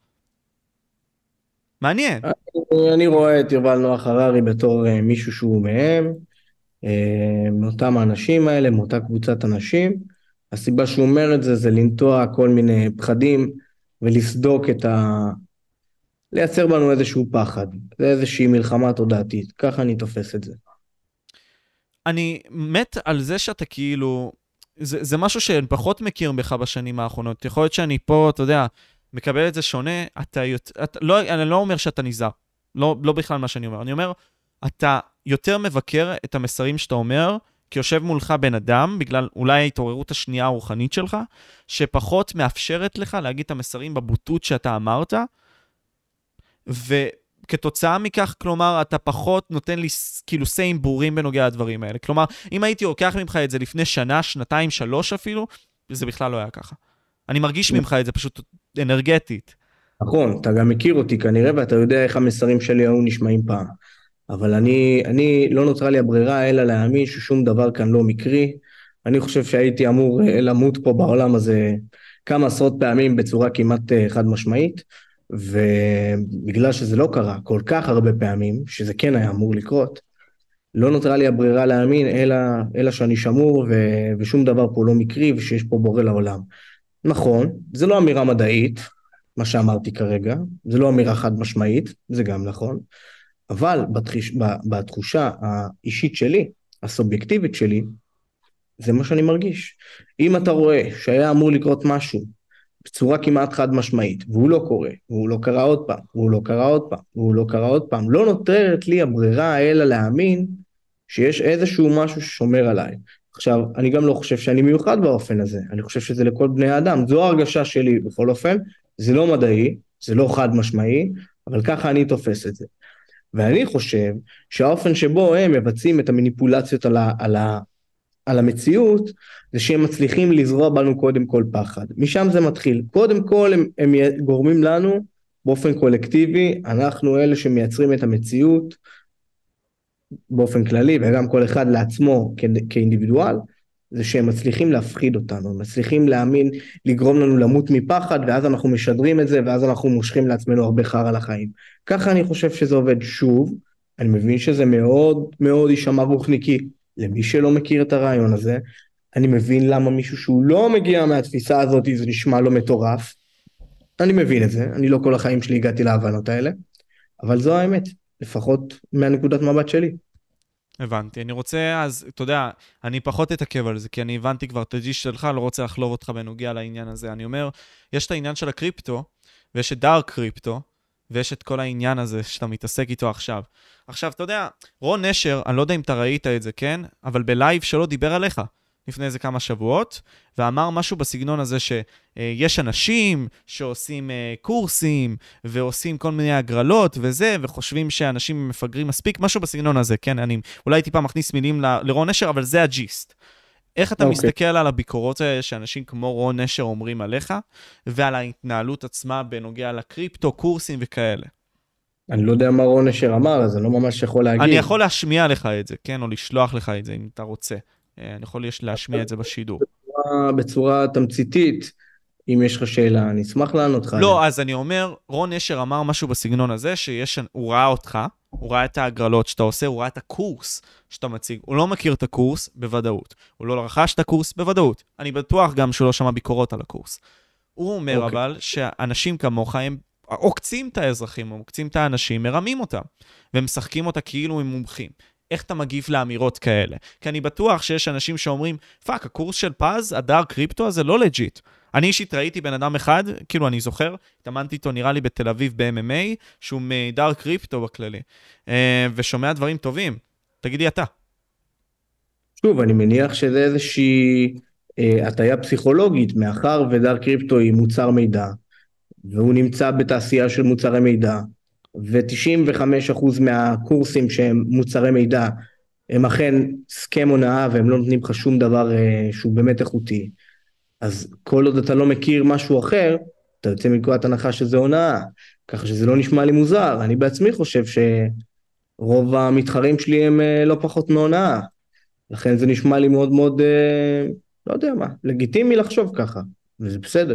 מעניין. אני, אני רואה את יובל נוח הררי בתור uh, מישהו שהוא מהם, uh, מאותם האנשים האלה, מאותה קבוצת אנשים. הסיבה שהוא אומר את זה, זה לנטוע כל מיני פחדים, ולסדוק את ה... לייצר בנו איזשהו פחד. זה איזושהי מלחמה תודעתית. ככה אני תופס את זה. אני מת על זה שאתה כאילו... זה, זה משהו שאני פחות מכיר בך בשנים האחרונות. יכול להיות שאני פה, אתה יודע, מקבל את זה שונה, אתה... אתה לא, אני לא אומר שאתה נזהר. לא, לא בכלל מה שאני אומר. אני אומר, אתה יותר מבקר את המסרים שאתה אומר, כי יושב מולך בן אדם, בגלל אולי ההתעוררות השנייה הרוחנית שלך, שפחות מאפשרת לך להגיד את המסרים בבוטות שאתה אמרת, וכתוצאה מכך, כלומר, אתה פחות נותן לי כאילו סיים ברורים בנוגע לדברים האלה. כלומר, אם הייתי לוקח ממך את זה לפני שנה, שנתיים, שלוש אפילו, זה בכלל לא היה ככה. אני מרגיש ממך את זה פשוט אנרגטית. נכון, אתה גם מכיר אותי כנראה, ואתה יודע איך המסרים שלי היו נשמעים פעם. אבל אני, אני לא נותרה לי הברירה, אלא להאמין ששום דבר כאן לא מקרי. אני חושב שהייתי אמור למות פה בעולם הזה כמה עשרות פעמים בצורה כמעט חד משמעית, ובגלל שזה לא קרה כל כך הרבה פעמים, שזה כן היה אמור לקרות, לא נותרה לי הברירה להאמין, אלא, אלא שאני שמור, ו, ושום דבר פה לא מקרי, ושיש פה בורא לעולם. נכון, זה לא אמירה מדעית, מה שאמרתי כרגע, זה לא אמירה חד משמעית, זה גם נכון, אבל בתחוש, בתחושה האישית שלי, הסובייקטיבית שלי, זה מה שאני מרגיש. אם אתה רואה שהיה אמור לקרות משהו, בצורה כמעט חד משמעית, והוא לא קורה, והוא לא קרה עוד פעם, והוא לא קרה עוד פעם, והוא לא קרה עוד פעם, לא נותרת לי הברירה אלא להאמין שיש איזשהו משהו ששומר עליי. עכשיו, אני גם לא חושב שאני מיוחד באופן הזה, אני חושב שזה לכל בני האדם, זו הרגשה שלי בכל אופן, זה לא מדעי, זה לא חד משמעי, אבל ככה אני תופס את זה. ואני חושב שהאופן שבו הם מבצעים את המניפולציות על, ה, על, ה, על המציאות, זה שהם מצליחים לזרוע בנו קודם כל פחד. משם זה מתחיל. קודם כל הם, הם גורמים לנו באופן קולקטיבי, אנחנו אלה שמייצרים את המציאות באופן כללי, וגם כל אחד לעצמו כ, כאינדיבידואל, זה שהם מצליחים להפחיד אותנו, מצליחים להאמין, לגרום לנו למות מפחד, ואז אנחנו משדרים את זה, ואז אנחנו מושכים לעצמנו הרבה חר לחיים. ככה אני חושב שזה עובד שוב, אני מבין שזה מאוד מאוד יישמע רוחניקי, למי שלא מכיר את הרעיון הזה, אני מבין למה מישהו שהוא לא מגיע מהתפיסה הזאת, זה נשמע לו מטורף, אני מבין את זה, אני לא כל החיים שלי הגעתי להבנות האלה, אבל זו האמת, לפחות מהנקודת מבט שלי. הבנתי, אני רוצה, אז, אתה יודע, אני פחות אתעכב על זה, כי אני הבנתי כבר את הגיש שלך, לא רוצה לחלוב אותך בנוגע לעניין הזה. אני אומר, יש את העניין של הקריפטו, ויש את דארק קריפטו, ויש את כל העניין הזה שאתה מתעסק איתו עכשיו. עכשיו, אתה יודע, רון נשר, אני לא יודע אם אתה ראית את זה, כן? אבל בלייב שלו דיבר עליך, לפני איזה כמה שבועות, ואמר משהו בסגנון הזה שיש אנשים שעושים קורסים, ועושים כל מיני הגרלות וזה, וחושבים שאנשים מפגרים מספיק, משהו בסגנון הזה, כן? אני אולי טיפה מכניס מילים ל- לרון נשר, אבל זה הג'יסט. איך אתה okay. מסתכל על הביקורות האלה שאנשים כמו רון נשר אומרים עליך, ועל ההתנהלות עצמה בנוגע לקריפטו, קורסים וכאלה? אני לא יודע מה רון נשר אמר, אז אני לא ממש יכול להגיד. אני יכול להשמיע לך את זה, כן? או לשלוח לך את זה, אם אתה רוצה. אני יכול להשמיע את זה בשידור. בצורה, בצורה תמציתית, אם יש לך שאלה, אני אשמח לענות לך. לא, אז אני אומר, רון נשר אמר משהו בסגנון הזה, שהוא ראה אותך, הוא ראה את ההגרלות שאתה עושה, הוא ראה את הקורס שאתה מציג. הוא לא מכיר את הקורס בוודאות. הוא לא רכש את הקורס בוודאות. אני בטוח גם שהוא לא שמע ביקורות על הקורס. הוא אומר okay. אבל שאנשים כמוך הם עוקצים את האזרחים, עוקצים את האנשים, מרמים אותם, והם משחקים אותה כאילו הם מומחים. איך אתה מגיב לאמירות כאלה? כי אני בטוח שיש אנשים שאומרים, פאק, הקורס של פז, הדארק קריפטו הזה לא לג'יט. אני אישית ראיתי בן אדם אחד, כאילו אני זוכר, התאמנתי איתו נראה לי בתל אביב ב-אם אם איי, שהוא מדארק קריפטו בכללי, ושומע דברים טובים. תגידי אתה. שוב, אני מניח שזה איזושהי אה, הטיה פסיכולוגית, מאחר ודארק קריפטו היא מוצר מידע, והוא נמצא בתעשייה של מוצרי מידע, ו-תשעים וחמישה אחוז מהקורסים שהם מוצרי מידע, הם אכן סכם הונאה, והם לא נותנים לך שום דבר אה, שהוא באמת איכותי. אז כל עוד אתה לא מכיר משהו אחר, אתה יוצא מנקודת הנחה שזה הונאה, ככה שזה לא נשמע לי מוזר. אני בעצמי חושב שרוב המתחרים שלי הם אה, לא פחות מהונאה, לכן זה נשמע לי מאוד מאוד, אה, לא יודע מה, לגיטימי לחשוב ככה, וזה בסדר.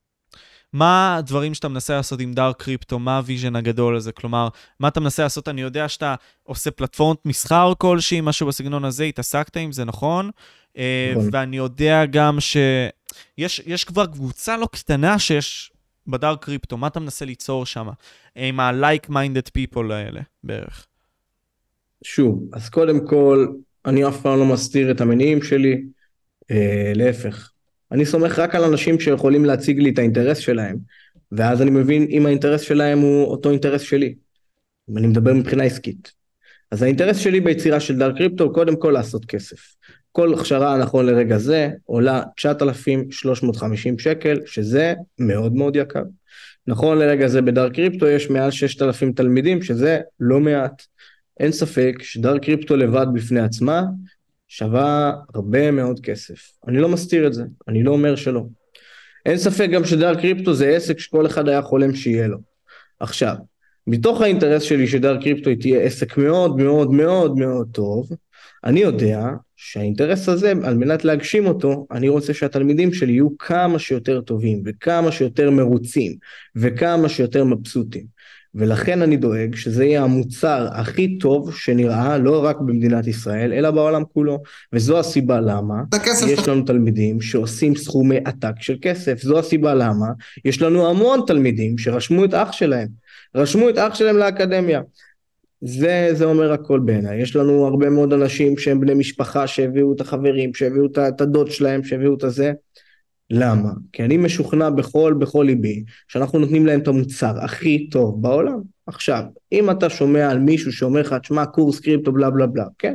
מה הדברים שאתה מנסה לעשות עם דארק קריפטו? מה הוויז'ן הגדול הזה? כלומר, מה אתה מנסה לעשות? אני יודע שאתה עושה פלטפורמת מסחר כלשהי, משהו בסגנון הזה, התעסקת עם זה, נכון? נכון. ואני יודע גם שיש יש כבר קבוצה לא קטנה שיש בדארק קריפטו. מה אתה מנסה ליצור שם? עם ה-like-minded people האלה, בערך. שוב, אז קודם כל, אני אף פעם לא מסתיר את המניעים שלי, אה, להפך. אני סומך רק על אנשים שיכולים להציג לי את האינטרס שלהם, ואז אני מבין אם האינטרס שלהם הוא אותו אינטרס שלי. אני מדבר מבחינה עסקית. אז האינטרס שלי ביצירה של דארק קריפטו, קודם כל לעשות כסף. כל הכשרה נכון לרגע זה עולה תשעת אלפים שלוש מאות וחמישים שקל, שזה מאוד מאוד יקר. נכון לרגע זה בדארק קריפטו יש מעל שישת אלפים תלמידים, שזה לא מעט. אין ספק שדארק קריפטו לבד בפני עצמה שווה הרבה מאוד כסף. אני לא מסתיר את זה, אני לא אומר שלא. אין ספק גם שדארק קריפטו זה עסק שכל אחד היה חולם שיהיה לו. עכשיו, מתוך האינטרס שלי שדארק קריפטו תהיה עסק מאוד מאוד מאוד מאוד טוב, אני יודע שהאינטרס הזה, על מנת להגשים אותו, אני רוצה שהתלמידים שלי יהיו כמה שיותר טובים, וכמה שיותר מרוצים, וכמה שיותר מבסוטים. ולכן אני דואג שזה יהיה המוצר הכי טוב שנראה, לא רק במדינת ישראל, אלא בעולם כולו. וזו הסיבה למה יש לנו תלמידים שעושים סכומי עתק של כסף. זו הסיבה למה יש לנו המון תלמידים שרשמו את אח שלהם. רשמו את אח שלהם לאקדמיה. זה, זה אומר הכל בעיניי. יש לנו הרבה מאוד אנשים שהם בני משפחה, שהביאו את החברים, שהביאו את הדוד שלהם, שהביאו את הזה. למה? כי אני משוכנע בכל, בכל ליבי, שאנחנו נותנים להם את המוצר הכי טוב בעולם. עכשיו, אם אתה שומע על מישהו שאומר לך, תשמע, קורס קריפטו, בלה בלה בלה, כן?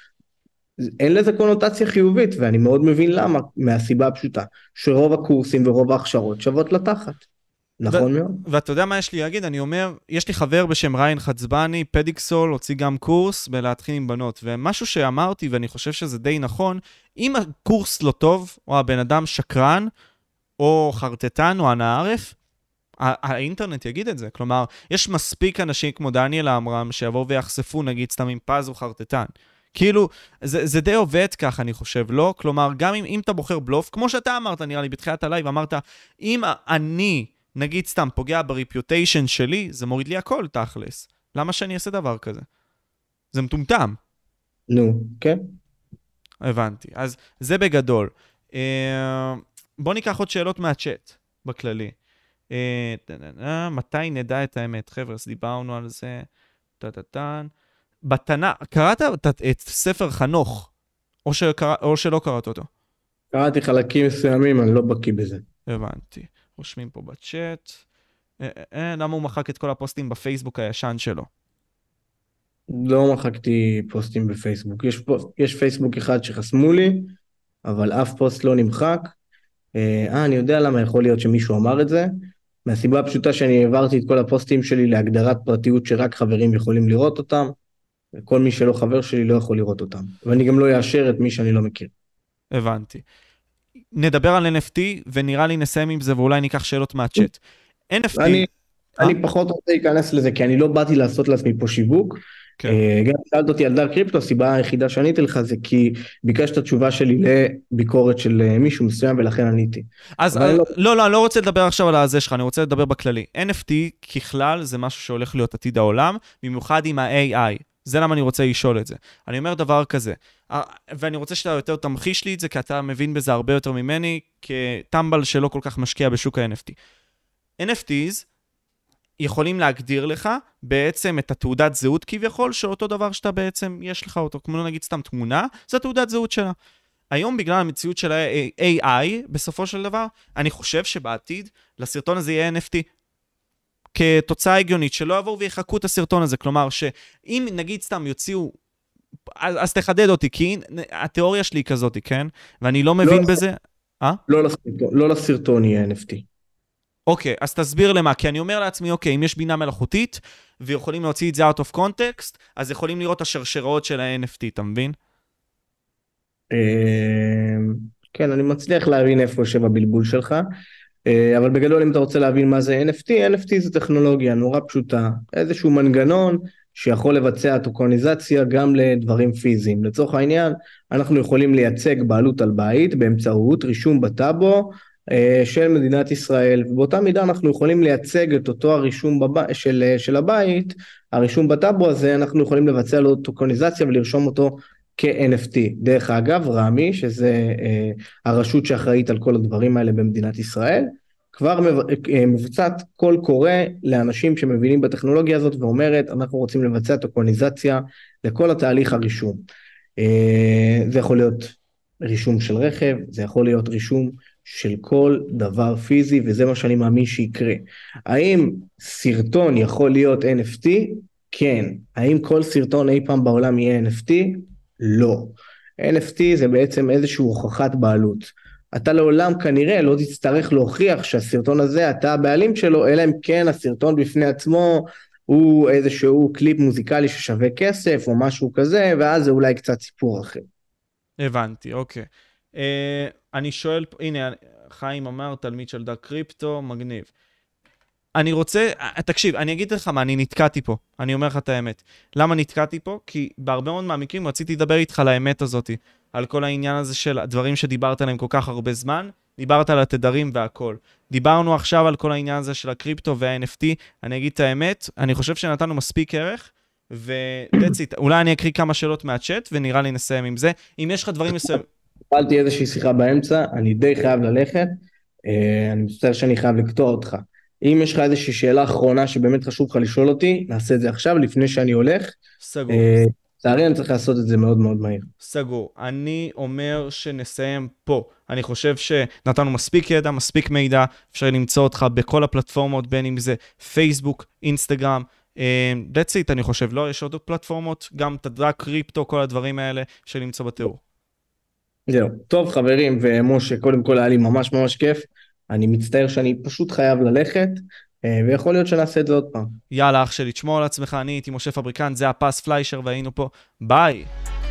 אין לזה קונוטציה חיובית, ואני מאוד מבין למה, מהסיבה הפשוטה, שרוב הקורסים ורוב ההכשרות שוות לתחת. נכון מאוד. ואתה יודע מה יש לי להגיד? אני אומר, יש לי חבר בשם ריין חצבני, פדיקסול, הוציא גם קורס בלהתחיל עם בנות, ומשהו שאמרתי, ואני חושב שזה די נכון, אם הקורס לא טוב, או הבן אדם שקרן, או חרטטן, או הנערף, האינטרנט יגיד את זה. כלומר, יש מספיק אנשים כמו דניאל אמרם, שיבואו ויחשפו, נגיד, סתם עם פז או חרטטן. כאילו, זה, זה די עובד כך, אני חושב, לא? כלומר, גם אם, אם אתה בוחר בלוף, כמו שאתה אמרת, נראה לי, בתחילת הלייב, אמרת, אם אני נגיד סתם פוגע בריפיוטיישן שלי, זה מוריד לי הכל תכלס. למה שאני אעשה דבר כזה? זה מטומטם. נו, כן. הבנתי. אז זה בגדול. בוא ניקח עוד שאלות מהצ'אט, בכללי. מתי נדע את האמת? חבר'ה, אז דיברנו על זה. בתנ"ך, קראת את ספר חנוך, או שלא קראת אותו? קראתי חלקים מסוימים, אני לא בקיא בזה. הבנתי. רושמים פה בצ'אט. אה, אה, למה הוא מחק את כל הפוסטים בפייסבוק הישן שלו? לא מחקתי פוסטים בפייסבוק. יש, פוסט, יש פייסבוק אחד שחסמו לי, אבל אף פוסט לא נמחק. אה, אני יודע למה יכול להיות שמישהו אמר את זה. מהסיבה הפשוטה שאני העברתי את כל הפוסטים שלי להגדרת פרטיות שרק חברים יכולים לראות אותם, וכל מי שלא חבר שלי לא יכול לראות אותם. ואני גם לא יאשר את מי שאני לא מכיר. הבנתי. נדבר על אן אף טי, ונראה לי נסיים עם זה, ואולי ניקח שאלות מהצ'אט. אן אף טי... אני, אני פחות רוצה להיכנס לזה, כי אני לא באתי לעשות לעצמי פה שיווק. כן. גם שאלת אותי על דארק קריפטו, הסיבה היחידה שעניתי לך זה כי ביקשת תשובה שלי לביקורת של מישהו מסוים, ולכן עניתי. אז לא... לא, לא, אני לא רוצה לדבר עכשיו על הזה שלך, אני רוצה לדבר בכללי. אן אף טי ככלל זה משהו שהולך להיות עתיד העולם, במיוחד עם ה-איי איי. זה למה אני רוצה לשאול את זה. אני אומר דבר כזה, ואני רוצה שאתה יותר תמחיש לי את זה, כי אתה מבין בזה הרבה יותר ממני, כטמבל שלא כל כך משקיע בשוק ה-אן אף טי. אן אף טיז יכולים להגדיר לך בעצם את התעודת זהות כביכול, שאותו דבר שאתה בעצם יש לך אותו, כמו נגיד סתם תמונה, זה התעודת זהות שלה. היום בגלל המציאות של ה-איי איי, בסופו של דבר, אני חושב שבעתיד לסרטון הזה יהיה אן אף טי. כתוצאה הגיונית, שלא יבואו ויחכו את הסרטון הזה, כלומר שאם נגיד סתם יוציאו, אז, אז תחדד אותי, כי התיאוריה שלי היא כזאת, כן? ואני לא מבין לא בזה. אה? לא לסרטון, לא לסרטון יהיה אן אף טי. אוקיי, אז תסביר למה, כי אני אומר לעצמי, אוקיי, אם יש בינה מלאכותית, ויכולים להוציא את זה out of context, אז יכולים לראות השרשראות של ה-אן אף טי, אתה מבין? כן, אני מצליח להבין איפה יושב הבלבול שלך, אבל בגדול אם אתה רוצה להבין מה זה אן אף טי, אן אף טי זה טכנולוגיה נורא פשוטה, איזשהו מנגנון שיכול לבצע טוקניזציה גם לדברים פיזיים. לצורך העניין, אנחנו יכולים לייצג בעלות על בית באמצעות רישום בטאבו של מדינת ישראל, ובאותה מידה אנחנו יכולים לייצג את אותו הרישום בב... של, של הבית, הרישום בטאבו הזה, אנחנו יכולים לבצע לו טוקניזציה ולרשום אותו כ-אן אף טי. דרך אגב, רמי, שזה אה, הרשות שאחראית על כל הדברים האלה במדינת ישראל, כבר מבצעת קול קורא לאנשים שמבינים בטכנולוגיה הזאת, ואומרת, אנחנו רוצים לבצע טוקניזציה לכל התהליך הרישום. אה, זה יכול להיות רישום של רכב, זה יכול להיות רישום של כל דבר פיזי, וזה מה שאני מאמין שיקרה. האם סרטון יכול להיות אן אף טי? כן. האם כל סרטון אי פעם בעולם יהיה אן אף טי? לא. אן אף טי זה בעצם איזושהי הוכחת בעלות. אתה לעולם כנראה לא תצטרך להוכיח שהסרטון הזה אתה הבעלים שלו, אלא אם כן הסרטון בפני עצמו הוא איזשהו קליפ מוזיקלי ששווה כסף או משהו כזה, ואז זה אולי קצת סיפור אחר. הבנתי, אוקיי. אה, אני שואל, הנה, חיים אמר, תלמיד של דארק קריפטו, מגניב. אני רוצה, תקשיב, אני אגיד לך מה, אני נתקעתי פה, אני אומר לך את האמת. למה נתקעתי פה? כי בהרבה מאוד מהמקרים רציתי לדבר איתך על האמת הזאת, על כל העניין הזה של הדברים שדיברת עליהם כל כך הרבה זמן, דיברת על התדרים והכל. דיברנו עכשיו על כל העניין הזה של הקריפטו וה-אן אף טי, אני אגיד את האמת, אני חושב שנתנו מספיק ערך, ו-that's it. אולי אני אקריא כמה שאלות מהצ'אט, ונראה לי נסיים עם זה. אם יש לך דברים מסוימים... קיבלתי איזושהי שיחה באמצע, אני די חייב ללכת, אני מצטער שאני חייב לקטוע אותך. אם יש לך איזושהי שאלה אחרונה שבאמת חשוב לך לשאול אותי, נעשה את זה עכשיו, לפני שאני הולך. סגור. לצערי אני צריך לעשות את זה מאוד מאוד מהיר. סגור. אני אומר שנסיים פה. אני חושב שנתנו מספיק ידע, מספיק מידע, אפשר למצוא אותך בכל הפלטפורמות, בין אם זה פייסבוק, אינסטגרם, that's it, אני חושב, לא, יש עוד פלטפורמות, גם תדרה, קריפטו, כל הדברים האלה שלמצוא בתיאור. זהו. טוב חברים, ומשה, קודם כל היה לי ממש ממש כיף. אני מצטער שאני פשוט חייב ללכת, ויכול להיות שנעשה את זה עוד פעם. יאללה, אח שלי, תשמור על עצמך, אני הייתי משה פבריקן, זה הפס פליישר, והיינו פה, ביי!